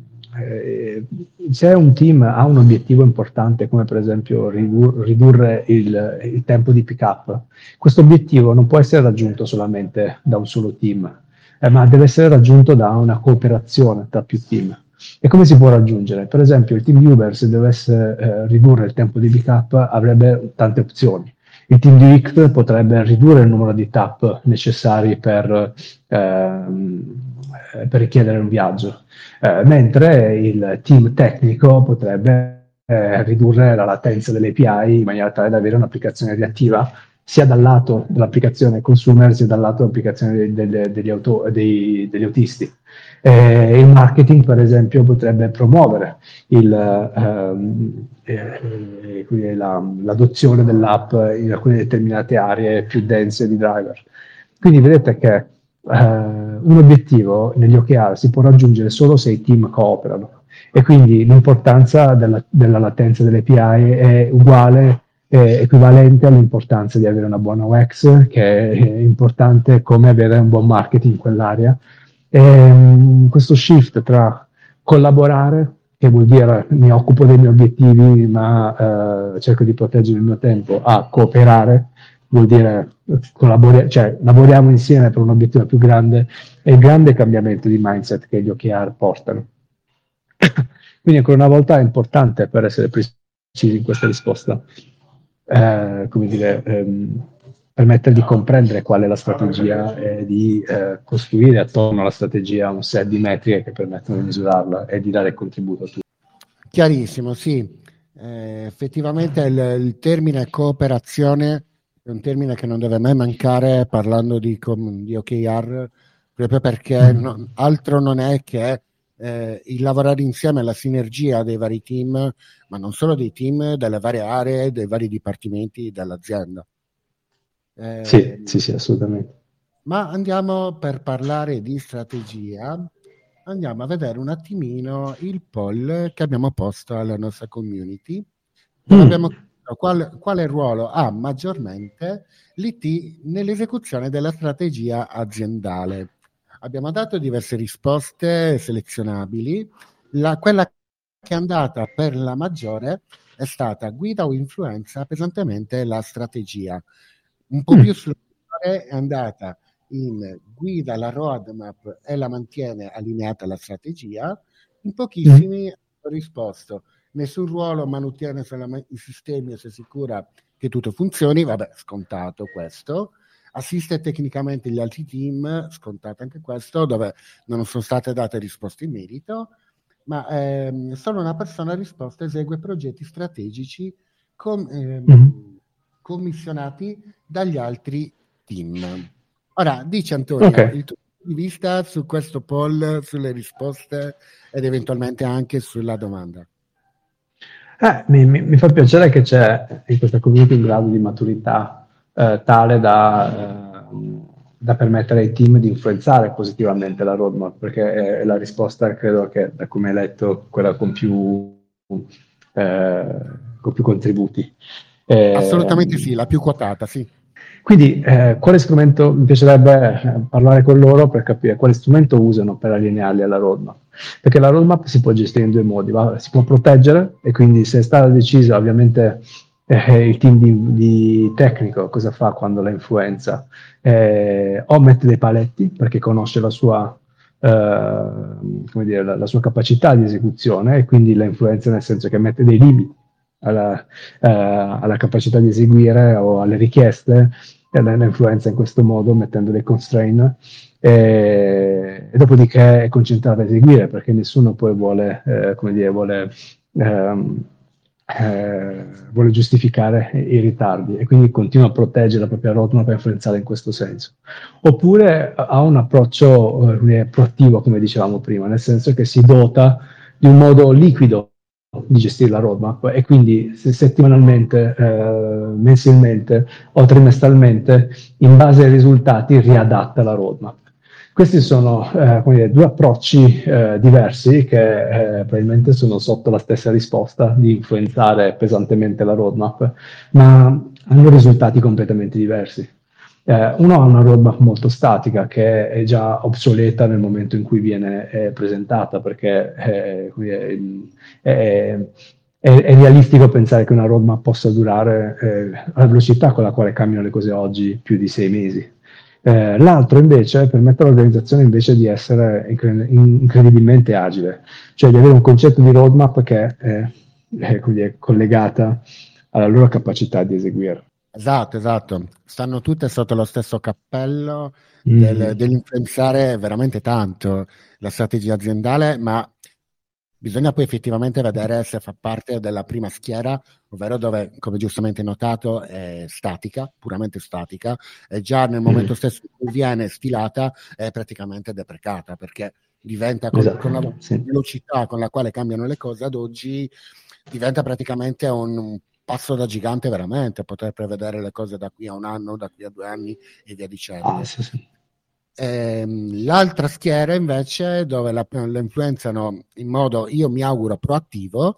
eh, se un team ha un obiettivo importante, come per esempio ridur- ridurre il, il tempo di pick-up, questo obiettivo non può essere raggiunto solamente da un solo team, eh, ma deve essere raggiunto da una cooperazione tra più team. E come si può raggiungere? Per esempio, il team di Uber, se dovesse eh, ridurre il tempo di pick-up, avrebbe tante opzioni. Il team di Rict potrebbe ridurre il numero di tap necessari per, ehm, eh, per richiedere un viaggio, eh, mentre il team tecnico potrebbe eh, ridurre la latenza delle A P I in maniera tale da avere un'applicazione reattiva sia dal lato dell'applicazione consumer sia dal lato dell'applicazione dei- delle- degli, auto- dei- degli autisti. Eh, il marketing, per esempio, potrebbe promuovere il, ehm, eh, eh, la- l'adozione dell'app in alcune determinate aree più dense di driver. Quindi vedete che eh, un obiettivo negli O K R si può raggiungere solo se i team cooperano e quindi l'importanza della, della latenza delle A P I è uguale, è equivalente all'importanza di avere una buona U X, che è importante come avere un buon marketing in quell'area. E, um, questo shift tra collaborare, che vuol dire mi occupo dei miei obiettivi ma eh, cerco di proteggere il mio tempo, a cooperare, vuol dire collabori- cioè, lavoriamo insieme per un obiettivo più grande, è il grande cambiamento di mindset che gli O K R portano. Quindi ancora una volta è importante, per essere precisi in questa risposta, eh, come dire, ehm, permettere di comprendere qual è la strategia e di eh, costruire attorno alla strategia un set di metriche che permettono di misurarla e di dare contributo a tutti. Chiarissimo, sì. Eh, effettivamente il, il termine cooperazione è un termine che non deve mai mancare parlando di, com- di O K R, proprio perché Mm. no- altro non è che eh, il lavorare insieme, la sinergia dei vari team, ma non solo dei team, delle varie aree, dei vari dipartimenti dell'azienda. Eh, Sì, sì, sì, assolutamente. ma andiamo per parlare di strategia, andiamo a vedere un attimino il poll che abbiamo posto alla nostra community, dove abbiamo Mm. chiesto qual- quale ruolo ha maggiormente l'I T nell'esecuzione della strategia aziendale. Abbiamo dato diverse risposte selezionabili. La- quella che è andata per la maggiore è stata guida o influenza pesantemente la strategia. Un po' più sulla è andata in guida la roadmap e la mantiene allineata alla strategia. In pochissimi hanno risposto nessun ruolo, manutiene i sistemi e si assicura che tutto funzioni, vabbè, scontato questo. Assiste tecnicamente gli altri team, scontato anche questo, dove non sono state date risposte in merito, ma ehm, solo una persona ha risposto, esegue progetti strategici com- ehm, mm. commissionati dagli altri team. Ora, dici Antonio, okay. il tuo punto di vista su questo poll, sulle risposte ed eventualmente anche sulla domanda. Eh, mi, mi, mi fa piacere che c'è in questa community un grado di maturità eh, tale da, eh, da permettere ai team di influenzare positivamente la roadmap, perché è la risposta, credo che, da come hai letto, quella con più, eh, con più contributi. Eh, Assolutamente sì, la più quotata, sì. Quindi eh, quale strumento mi piacerebbe eh, parlare con loro per capire quale strumento usano per allinearli alla roadmap, perché la roadmap si può gestire in due modi, va? Si può proteggere e quindi se è stata decisa ovviamente eh, il team di, di tecnico cosa fa quando la influenza eh, o mette dei paletti perché conosce la sua eh, come dire, la, la sua capacità di esecuzione e quindi la influenza nel senso che mette dei limiti alla, eh, alla capacità di eseguire o alle richieste e la influenza in questo modo mettendo dei constraint e, e dopodiché è concentrata a eseguire perché nessuno poi vuole eh, come dire vuole, ehm, eh, vuole giustificare i ritardi e quindi continua a proteggere la propria roadmap per influenzare in questo senso, oppure ha un approccio eh, proattivo come dicevamo prima, nel senso che si dota di un modo liquido di gestire la roadmap e quindi settimanalmente, eh, mensilmente o trimestralmente in base ai risultati riadatta la roadmap. Questi sono eh, come dire, due approcci eh, diversi che eh, probabilmente sono sotto la stessa risposta di influenzare pesantemente la roadmap, ma hanno risultati completamente diversi. Eh, uno ha una roadmap molto statica che è già obsoleta nel momento in cui viene eh, presentata perché eh, è, è, è, è realistico pensare che una roadmap possa durare eh, alla velocità con la quale cambiano le cose oggi più di sei mesi. Eh, l'altro invece permette all'organizzazione invece di essere incre- incredibilmente agile, cioè di avere un concetto di roadmap che è, è, è collegata alla loro capacità di eseguire. Esatto, esatto. Stanno tutte sotto lo stesso cappello del, mm-hmm. dell'influenzare veramente tanto la strategia aziendale, ma bisogna poi effettivamente vedere se fa parte della prima schiera, ovvero dove, come giustamente notato, è statica, puramente statica, e già nel momento stesso in cui viene stilata è praticamente deprecata, perché diventa con, esatto, con la sì. velocità con la quale cambiano le cose ad oggi, diventa praticamente un, un passo da gigante veramente, poter prevedere le cose da qui a un anno, da qui a due anni e via dicendo. Ah, sì, sì. Ehm, l'altra schiera invece dove la, la influenzano in modo, io mi auguro, proattivo,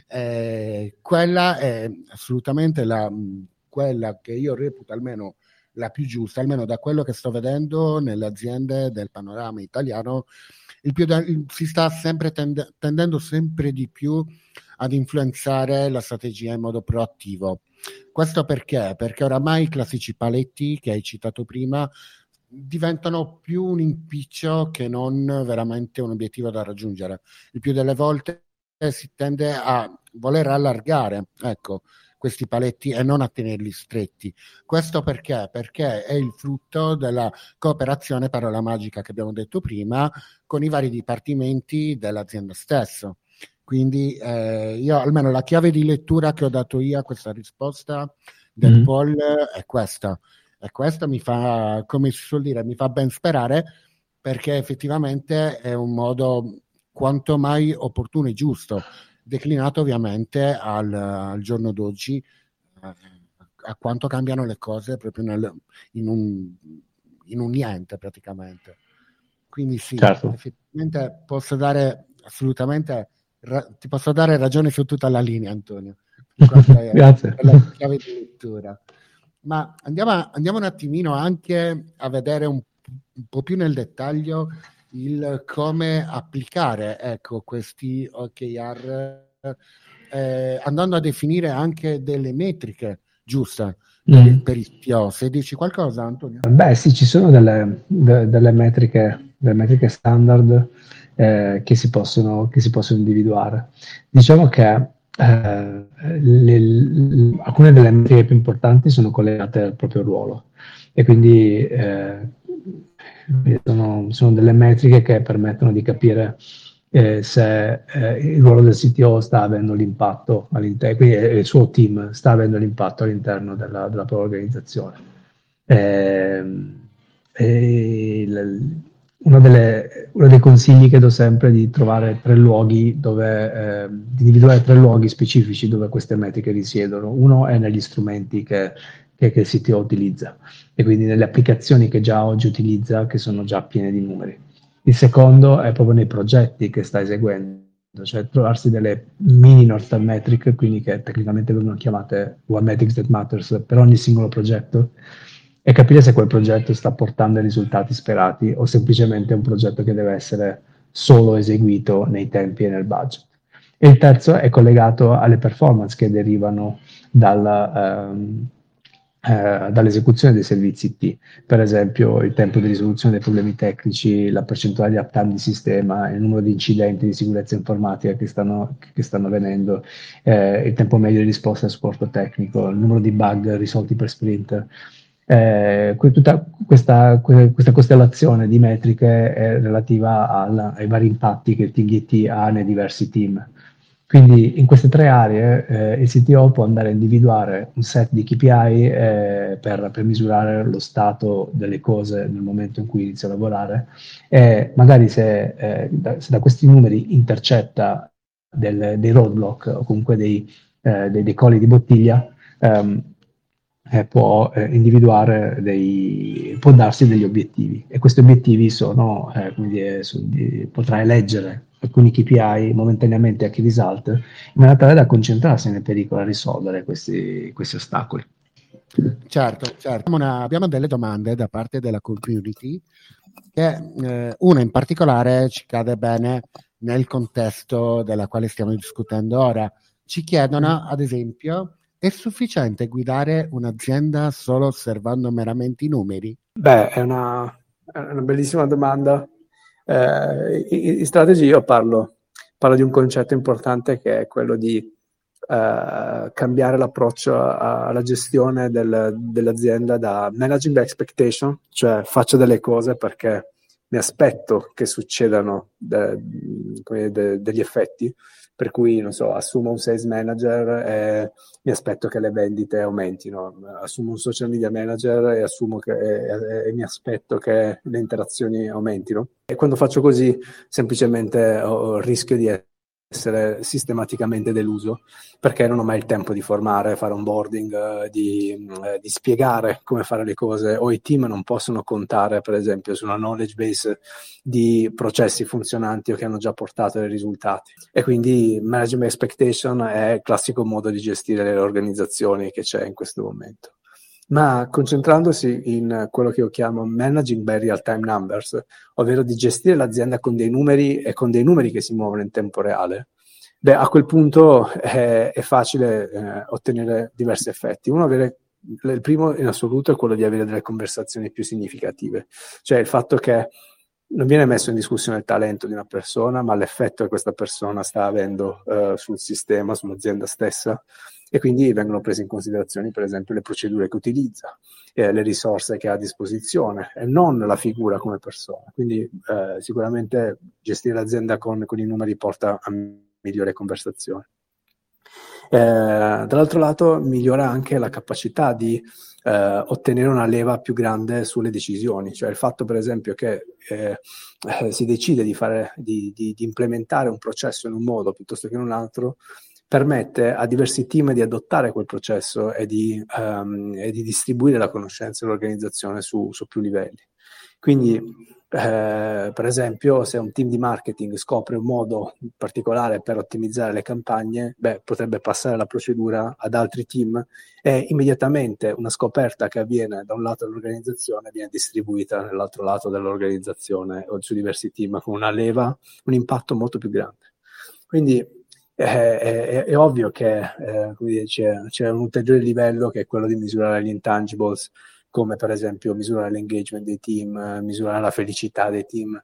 eh, quella è assolutamente la, quella che io reputo almeno la più giusta, almeno da quello che sto vedendo nelle aziende del panorama italiano. Il più da, il, si sta sempre tende, tendendo sempre di più ad influenzare la strategia in modo proattivo. Questo perché? Perché oramai i classici paletti che hai citato prima diventano più un impiccio che non veramente un obiettivo da raggiungere. Il più delle volte si tende a voler allargare, ecco, questi paletti e non a tenerli stretti. Questo perché? Perché è il frutto della cooperazione, parola magica che abbiamo detto prima, con i vari dipartimenti dell'azienda stesso. Quindi eh, io almeno la chiave di lettura che ho dato io a questa risposta del mm. poll è questa. E questo mi fa, come si suol dire, mi fa ben sperare, perché effettivamente è un modo quanto mai opportuno e giusto, declinato ovviamente al, al giorno d'oggi, eh, a quanto cambiano le cose proprio nel, in, un, in un niente praticamente. Quindi sì, certo. Effettivamente posso dare assolutamente, ra, ti posso dare ragione su tutta la linea, Antonio. È, Grazie. È la chiave di lettura. Ma andiamo, a, andiamo un attimino anche a vedere un, un po' più nel dettaglio il come applicare, ecco, questi O K R eh, andando a definire anche delle metriche giuste Mm. per, per il C T O. Se dici qualcosa, Antonio? Beh, sì, ci sono delle, de- delle metriche, delle metriche standard eh, che si possono, che si possono individuare. Diciamo che eh, le- l- alcune delle metriche più importanti sono collegate al proprio ruolo e quindi eh, sono, sono delle metriche che permettono di capire eh, se eh, il ruolo del C T O sta avendo l'impatto all'interno, quindi eh, il suo team sta avendo l'impatto all'interno della, della propria organizzazione. Ehm, e il- uno, delle- uno dei consigli che do sempre è di trovare tre luoghi dove, eh, di individuare tre luoghi specifici dove queste metriche risiedono. Uno è negli strumenti che, che, che il C T O utilizza e quindi nelle applicazioni che già oggi utilizza, che sono già piene di numeri. Il secondo è proprio nei progetti che sta eseguendo, cioè trovarsi delle mini North Star metric, quindi che tecnicamente vengono chiamate One Metrics That Matters per ogni singolo progetto, e capire se quel progetto sta portando i risultati sperati o semplicemente è un progetto che deve essere solo eseguito nei tempi e nel budget. E il terzo è collegato alle performance che derivano dal, ehm, eh, dall'esecuzione dei servizi I T, per esempio il tempo di risoluzione dei problemi tecnici, la percentuale di uptime di sistema, il numero di incidenti di sicurezza informatica che stanno, che stanno avvenendo, eh, il tempo medio di risposta al supporto tecnico, il numero di bug risolti per sprint. Eh, tutta questa, questa costellazione di metriche è relativa al, ai vari impatti che il team di I T ha nei diversi team. Quindi in queste tre aree eh, il C T O può andare a individuare un set di K P I eh, per, per misurare lo stato delle cose nel momento in cui inizia a lavorare e magari se, eh, da, se da questi numeri intercetta del, dei roadblock o comunque dei, eh, dei, dei colli di bottiglia, ehm, eh, può eh, individuare dei, può darsi degli obiettivi e questi obiettivi sono, eh, come dire, su, di, potrà eleggere alcuni K P I momentaneamente a key result in maniera tale da concentrarsi nel pericolo a risolvere questi, questi ostacoli. Certo, certo. Abbiamo, una, abbiamo delle domande da parte della community che eh, una in particolare ci cade bene nel contesto della quale stiamo discutendo ora. Ci chiedono, ad esempio, è sufficiente guidare un'azienda solo osservando meramente i numeri? Beh, è una, è una bellissima domanda. Eh, in, in strategia io parlo, parlo di un concetto importante che è quello di eh, cambiare l'approccio a- alla gestione del- dell'azienda da managing by expectation, cioè faccio delle cose perché mi aspetto che succedano de- come de- degli effetti, per cui, non so, assumo un sales manager e mi aspetto che le vendite aumentino, assumo un social media manager e, assumo che, e, e mi aspetto che le interazioni aumentino. E quando faccio così, semplicemente ho il rischio di essere sistematicamente deluso, perché non ho mai il tempo di formare, fare onboarding, eh, di, eh, di spiegare come fare le cose, o i team non possono contare, per esempio, su una knowledge base di processi funzionanti o che hanno già portato dei risultati. E quindi management expectation è il classico modo di gestire le organizzazioni che c'è in questo momento. Ma concentrandosi in quello che io chiamo managing by real time numbers, ovvero di gestire l'azienda con dei numeri e con dei numeri che si muovono in tempo reale, beh, a quel punto è, è facile eh, ottenere diversi effetti. Uno, avere, il primo in assoluto è quello di avere delle conversazioni più significative, cioè il fatto che non viene messo in discussione il talento di una persona, ma l'effetto che questa persona sta avendo eh, sul sistema, sull'azienda stessa, e quindi vengono prese in considerazione, per esempio, le procedure che utilizza, eh, le risorse che ha a disposizione e non la figura come persona. Quindi eh, sicuramente gestire l'azienda con, con i numeri porta a migliore conversazione. Eh, dall'altro lato migliora anche la capacità di eh, ottenere una leva più grande sulle decisioni, cioè il fatto per esempio che eh, eh, si decide di, fare, di, di, di implementare un processo in un modo piuttosto che in un altro, permette a diversi team di adottare quel processo e di, um, e di distribuire la conoscenza dell'organizzazione su, su più livelli. Quindi, eh, per esempio, se un team di marketing scopre un modo particolare per ottimizzare le campagne, beh, potrebbe passare la procedura ad altri team e immediatamente una scoperta che avviene da un lato dell'organizzazione viene distribuita nell'altro lato dell'organizzazione o su diversi team con una leva, un impatto molto più grande. Quindi è, è, è ovvio che eh, come dire, c'è, c'è un ulteriore livello che è quello di misurare gli intangibles, come per esempio misurare l'engagement dei team, misurare la felicità dei team.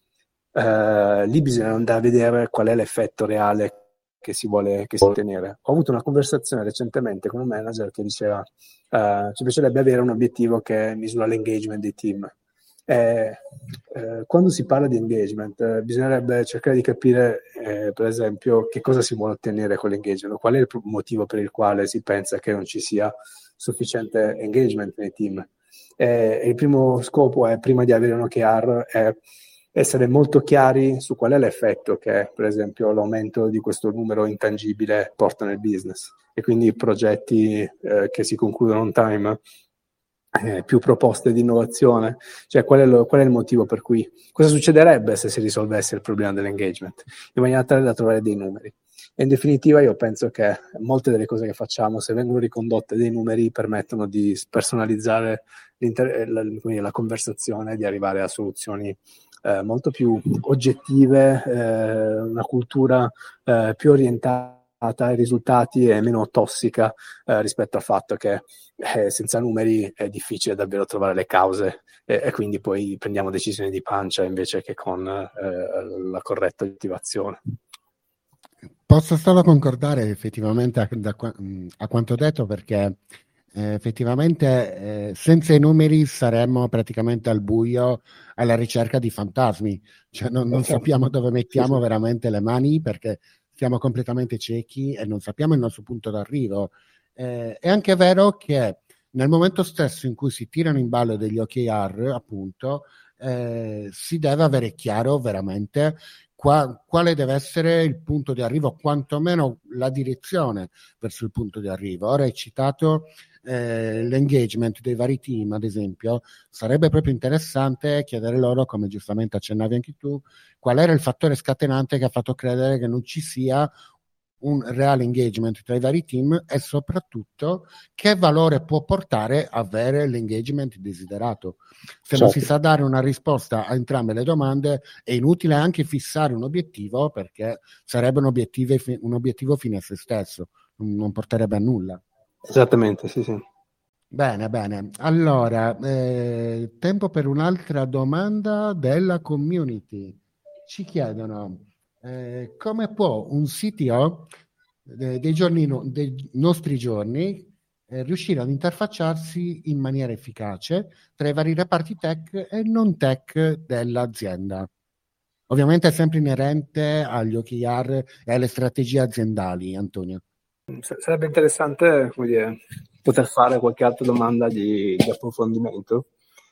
Uh, lì bisogna andare a vedere qual è l'effetto reale che si vuole, che si vuole ottenere. Ho avuto una conversazione recentemente con un manager che diceva uh, ci piacerebbe avere un obiettivo che misura l'engagement dei team. Eh, eh, quando si parla di engagement eh, bisognerebbe cercare di capire eh, per esempio che cosa si vuole ottenere con l'engagement, qual è il motivo per il quale si pensa che non ci sia sufficiente engagement nei team. Eh, il primo scopo è, prima di avere un O K R, è essere molto chiari su qual è l'effetto che, per esempio, l'aumento di questo numero intangibile porta nel business, e quindi progetti eh, che si concludono on time, eh, più proposte di innovazione, cioè qual è, lo, qual è il motivo per cui, cosa succederebbe se si risolvesse il problema dell'engagement, in maniera tale da trovare dei numeri. E in definitiva io penso che molte delle cose che facciamo, se vengono ricondotte dei numeri, permettono di personalizzare la, la conversazione, di arrivare a soluzioni Eh, molto più oggettive, eh, una cultura eh, più orientata ai risultati e meno tossica eh, rispetto al fatto che eh, senza numeri è difficile davvero trovare le cause e, e quindi poi prendiamo decisioni di pancia invece che con eh, la corretta attivazione. Posso solo concordare effettivamente a, da, a quanto detto, perché Eh, effettivamente eh, senza i numeri saremmo praticamente al buio alla ricerca di fantasmi, cioè non, non sappiamo dove mettiamo veramente le mani, perché siamo completamente ciechi e non sappiamo il nostro punto d'arrivo. Eh, è anche vero che nel momento stesso in cui si tirano in ballo degli O K R, appunto, eh, si deve avere chiaro veramente Qua, quale deve essere il punto di arrivo, quantomeno la direzione verso il punto di arrivo. Ora hai citato eh, l'engagement dei vari team, ad esempio. Sarebbe proprio interessante chiedere loro, come giustamente accennavi anche tu, qual era il fattore scatenante che ha fatto credere che non ci sia un reale engagement tra i vari team, e soprattutto che valore può portare avere l'engagement desiderato. Se certo. non si sa dare una risposta a entrambe le domande, è inutile anche fissare un obiettivo, perché sarebbe un obiettivo, un obiettivo fine a se stesso, non porterebbe a nulla. Esattamente, sì, sì. Bene, bene. Allora, eh, tempo per un'altra domanda della community. Ci chiedono Eh, come può un C T O eh, dei, giorni no, dei nostri giorni eh, riuscire ad interfacciarsi in maniera efficace tra i vari reparti tech e non tech dell'azienda? Ovviamente è sempre inerente agli O K R e alle strategie aziendali, Antonio. Sarebbe interessante, come dire, poter fare qualche altra domanda di, di approfondimento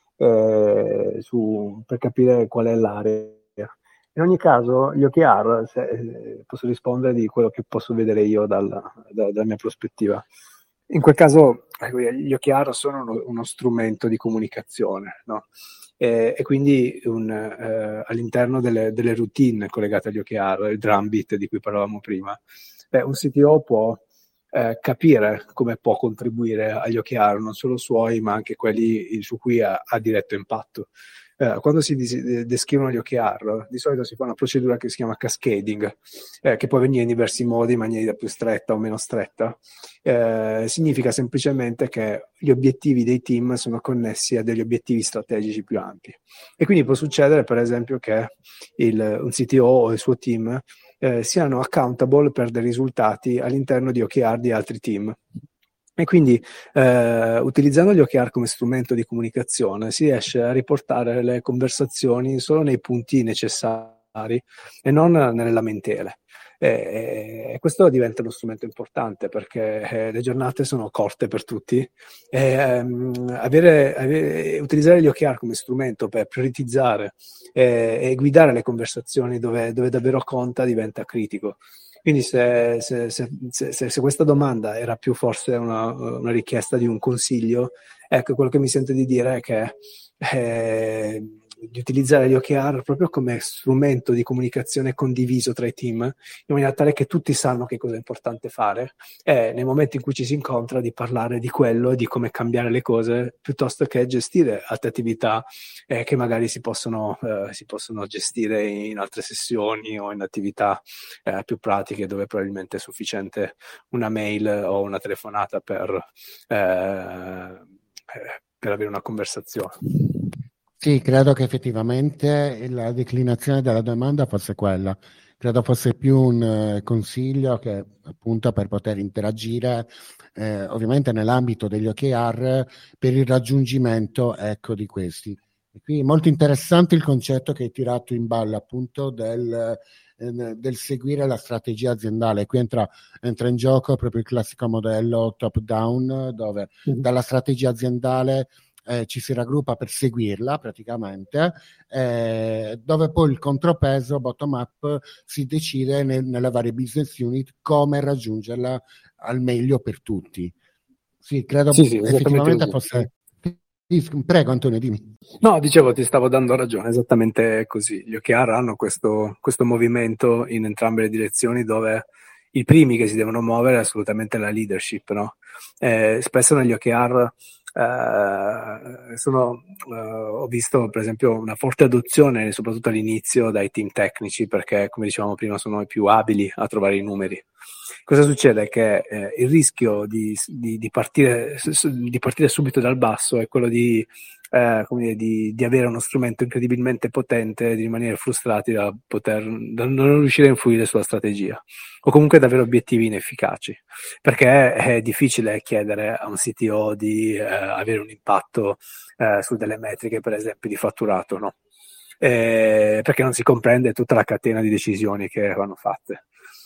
eh, su, per capire qual è l'area. In ogni caso, gli O K R, se, eh, posso rispondere di quello che posso vedere io dalla, da, dalla mia prospettiva. In quel caso, gli O K R sono uno, uno strumento di comunicazione, no? E, e quindi un, eh, all'interno delle, delle routine collegate agli O K R, il drumbeat di cui parlavamo prima, beh, un C T O può eh, capire come può contribuire agli O K R, non solo suoi, ma anche quelli su cui ha, ha diretto impatto. Eh, quando si dis- descrivono gli O K R, di solito si fa una procedura che si chiama cascading, eh, che può avvenire in diversi modi, in maniera più stretta o meno stretta. Eh, significa semplicemente che gli obiettivi dei team sono connessi a degli obiettivi strategici più ampi. E quindi può succedere, per esempio, che il, un C T O o il suo team eh, siano accountable per dei risultati all'interno di O K R di altri team. E quindi eh, utilizzando gli O K R come strumento di comunicazione si riesce a riportare le conversazioni solo nei punti necessari e non nelle lamentele. E, e questo diventa uno strumento importante, perché eh, le giornate sono corte per tutti e ehm, avere, avere, utilizzare gli O K R come strumento per prioritizzare e, e guidare le conversazioni dove, dove davvero conta diventa critico. Quindi se, se, se, se, se questa domanda era più forse una, una richiesta di un consiglio, ecco, quello che mi sento di dire è che eh, di utilizzare gli O K R proprio come strumento di comunicazione condiviso tra i team, in maniera tale che tutti sanno che cosa è importante fare, e nei momenti in cui ci si incontra di parlare di quello e di come cambiare le cose, piuttosto che gestire altre attività eh, che magari si possono, eh, si possono gestire in altre sessioni o in attività eh, più pratiche, dove probabilmente è sufficiente una mail o una telefonata per, eh, per avere una conversazione. Sì, credo che effettivamente la declinazione della domanda fosse quella. Credo fosse più un eh, consiglio che appunto per poter interagire eh, ovviamente nell'ambito degli O K R per il raggiungimento, ecco, di questi. E qui è molto interessante il concetto che hai tirato in ballo, appunto del, eh, del seguire la strategia aziendale. Qui entra, entra in gioco proprio il classico modello top-down, dove Mm-hmm. dalla strategia aziendale Eh, ci si raggruppa per seguirla praticamente, eh, dove poi il contropeso bottom up si decide nel, nelle varie business unit come raggiungerla al meglio per tutti. Sì, credo Sì, sì, effettivamente esattamente fosse. Prego Antonio, dimmi. No, dicevo, ti stavo dando ragione, esattamente così. Gli O K R hanno questo, questo movimento in entrambe le direzioni, dove i primi che si devono muovere è assolutamente la leadership, no? Eh, spesso negli O K R eh, sono, eh, ho visto per esempio una forte adozione, soprattutto all'inizio, dai team tecnici, perché come dicevamo prima sono i più abili a trovare i numeri. Cosa succede? Che eh, il rischio di, di, di, partire, di partire subito dal basso è quello di, eh, come dire, di, di avere uno strumento incredibilmente potente, di rimanere frustrati da, poter, da non riuscire a influire sulla strategia, o comunque da avere obiettivi inefficaci, perché è difficile chiedere a un C T O di eh, avere un impatto eh, su delle metriche, per esempio di fatturato, no? Eh, perché non si comprende tutta la catena di decisioni che vanno fatte.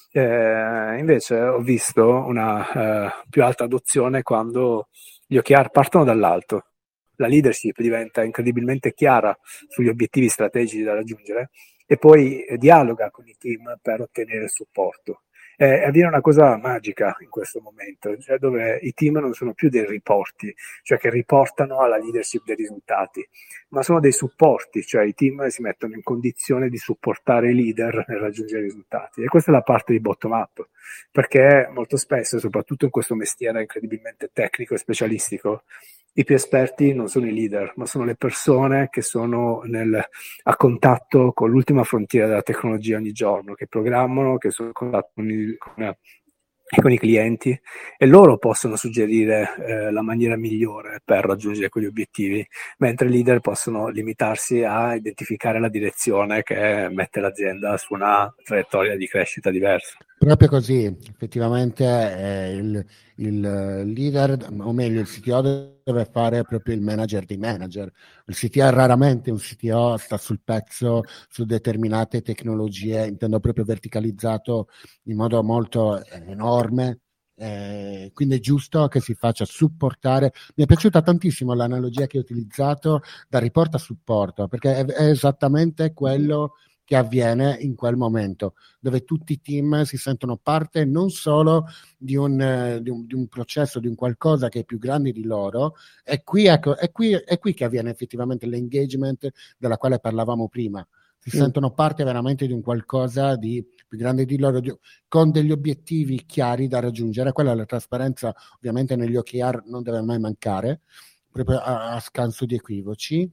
Eh, invece ho visto una eh, più alta adozione quando gli O K R partono dall'alto, la leadership diventa incredibilmente chiara sugli obiettivi strategici da raggiungere e poi eh, dialoga con i team per ottenere il supporto. Eh, avviene una cosa magica in questo momento, cioè dove i team non sono più dei riporti, cioè che riportano alla leadership dei risultati, ma sono dei supporti, cioè i team si mettono in condizione di supportare i leader nel raggiungere i risultati. E questa è la parte di bottom up, perché molto spesso, soprattutto in questo mestiere incredibilmente tecnico e specialistico, i più esperti non sono i leader, ma sono le persone che sono nel, a contatto con l'ultima frontiera della tecnologia ogni giorno, che programmano, che sono in contatto con i, con, con i clienti, e loro possono suggerire eh, la maniera migliore per raggiungere quegli obiettivi, mentre i leader possono limitarsi a identificare la direzione che mette l'azienda su una traiettoria di crescita diversa. Proprio così, effettivamente eh, il, il leader, o meglio il C T O deve fare proprio il manager dei manager. Il C T O raramente un C T O sta sul pezzo su determinate tecnologie, intendo proprio verticalizzato in modo molto eh, enorme. Eh, quindi è giusto che si faccia supportare. Mi è piaciuta tantissimo l'analogia che hai utilizzato da report a supporto, perché è, è esattamente quello che avviene in quel momento, dove tutti i team si sentono parte non solo di un, eh, di un, di un processo, di un qualcosa che è più grande di loro. È qui, ecco, è qui, è qui che avviene effettivamente l'engagement della quale parlavamo prima. Si mm. sentono parte veramente di un qualcosa di più grande di loro, di, con degli obiettivi chiari da raggiungere. Quella la trasparenza ovviamente negli O K R non deve mai mancare, proprio a, a scanso di equivoci.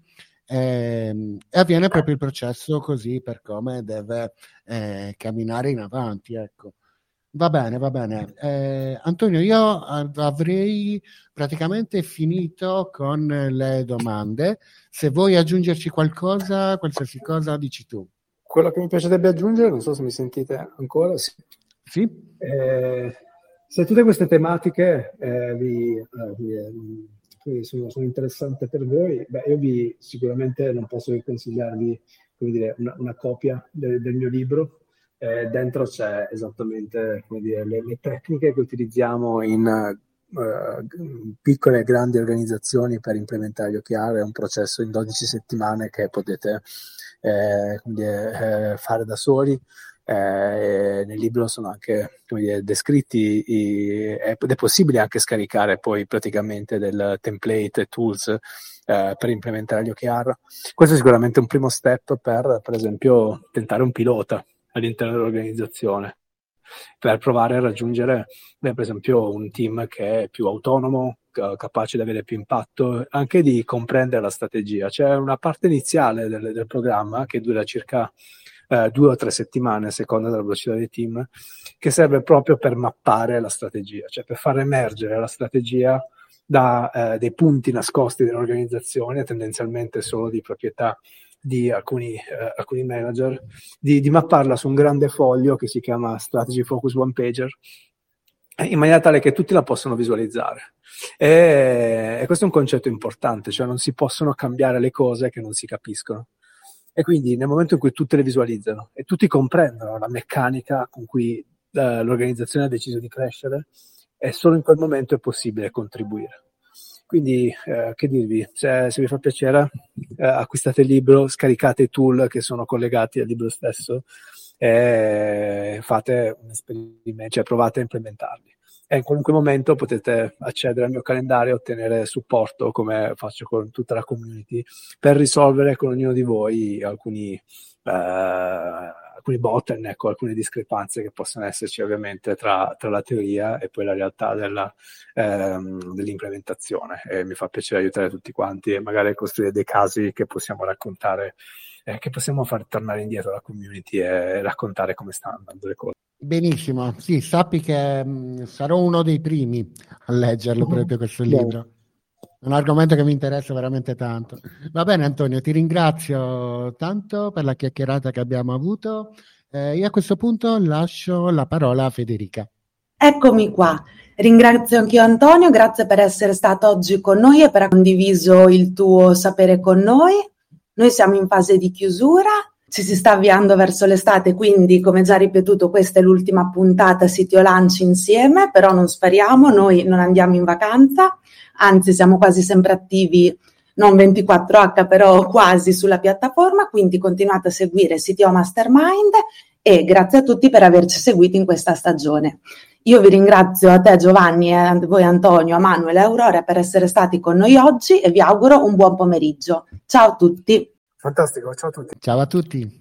Eh, e avviene proprio il processo così per come deve eh, camminare in avanti, ecco. Va bene, va bene. Eh, Antonio, io avrei praticamente finito con le domande. Se vuoi aggiungerci qualcosa, qualsiasi cosa, dici tu. Quello che mi piacerebbe aggiungere, non so se mi sentite ancora, sì. Sì? Eh, se tutte queste tematiche eh, vi... Eh, vi eh, Sono, sono interessante per voi, beh, io vi sicuramente non posso che consigliarvi, come dire, una, una copia de, del mio libro. Eh, dentro c'è esattamente, come dire, le, le tecniche che utilizziamo in uh, piccole e grandi organizzazioni per implementare gli O K R. È un processo in dodici settimane che potete eh, dire, eh, fare da soli. Eh, nel libro sono anche, come dire, descritti i, ed è possibile anche scaricare poi praticamente del template tools eh, per implementare gli O K R. Questo è sicuramente un primo step per, per esempio, tentare un pilota all'interno dell'organizzazione, per provare a raggiungere, beh, per esempio, un team che è più autonomo, capace di avere più impatto, anche di comprendere la strategia. C'è una parte iniziale del, del programma che dura circa eh, due o tre settimane, a seconda della velocità dei team, che serve proprio per mappare la strategia, cioè per far emergere la strategia da eh, dei punti nascosti dell'organizzazione, tendenzialmente solo di proprietà di alcuni, eh, alcuni manager, di, di mapparla su un grande foglio che si chiama Strategy Focus One Pager, in maniera tale che tutti la possano visualizzare. E, e questo è un concetto importante, cioè non si possono cambiare le cose che non si capiscono. E quindi nel momento in cui tutte le visualizzano e tutti comprendono la meccanica con cui eh, l'organizzazione ha deciso di crescere, e solo in quel momento è possibile contribuire. Quindi, eh, che dirvi, se, se vi fa piacere, eh, acquistate il libro, scaricate i tool che sono collegati al libro stesso e fate un esperimento, cioè provate a implementarli. E in qualunque momento potete accedere al mio calendario e ottenere supporto, come faccio con tutta la community, per risolvere con ognuno di voi alcuni, eh, alcuni bottleneck o alcune discrepanze che possono esserci ovviamente tra, tra la teoria e poi la realtà della, ehm, dell'implementazione. E mi fa piacere aiutare tutti quanti e magari costruire dei casi che possiamo raccontare, eh, che possiamo far tornare indietro alla community e raccontare come stanno andando le cose. Benissimo, sì, sappi che mh, sarò uno dei primi a leggerlo proprio questo libro. È un argomento che mi interessa veramente tanto. Va bene Antonio, ti ringrazio tanto per la chiacchierata che abbiamo avuto. Eh, io a questo punto lascio la parola a Federica. Eccomi qua. Ringrazio anch'io Antonio, grazie per essere stato oggi con noi e per aver condiviso il tuo sapere con noi. Noi siamo in fase di chiusura. Ci si sta avviando verso l'estate, quindi come già ripetuto questa è l'ultima puntata C T O Lunch insieme, però non spariamo, noi non andiamo in vacanza, anzi siamo quasi sempre attivi, non ventiquattro acca però quasi sulla piattaforma, quindi continuate a seguire C T O Mastermind e grazie a tutti per averci seguiti in questa stagione. Io vi ringrazio a te Giovanni e a voi Antonio, a Manuel e Aurora per essere stati con noi oggi e vi auguro un buon pomeriggio. Ciao a tutti! Fantastico, ciao a tutti. Ciao a tutti.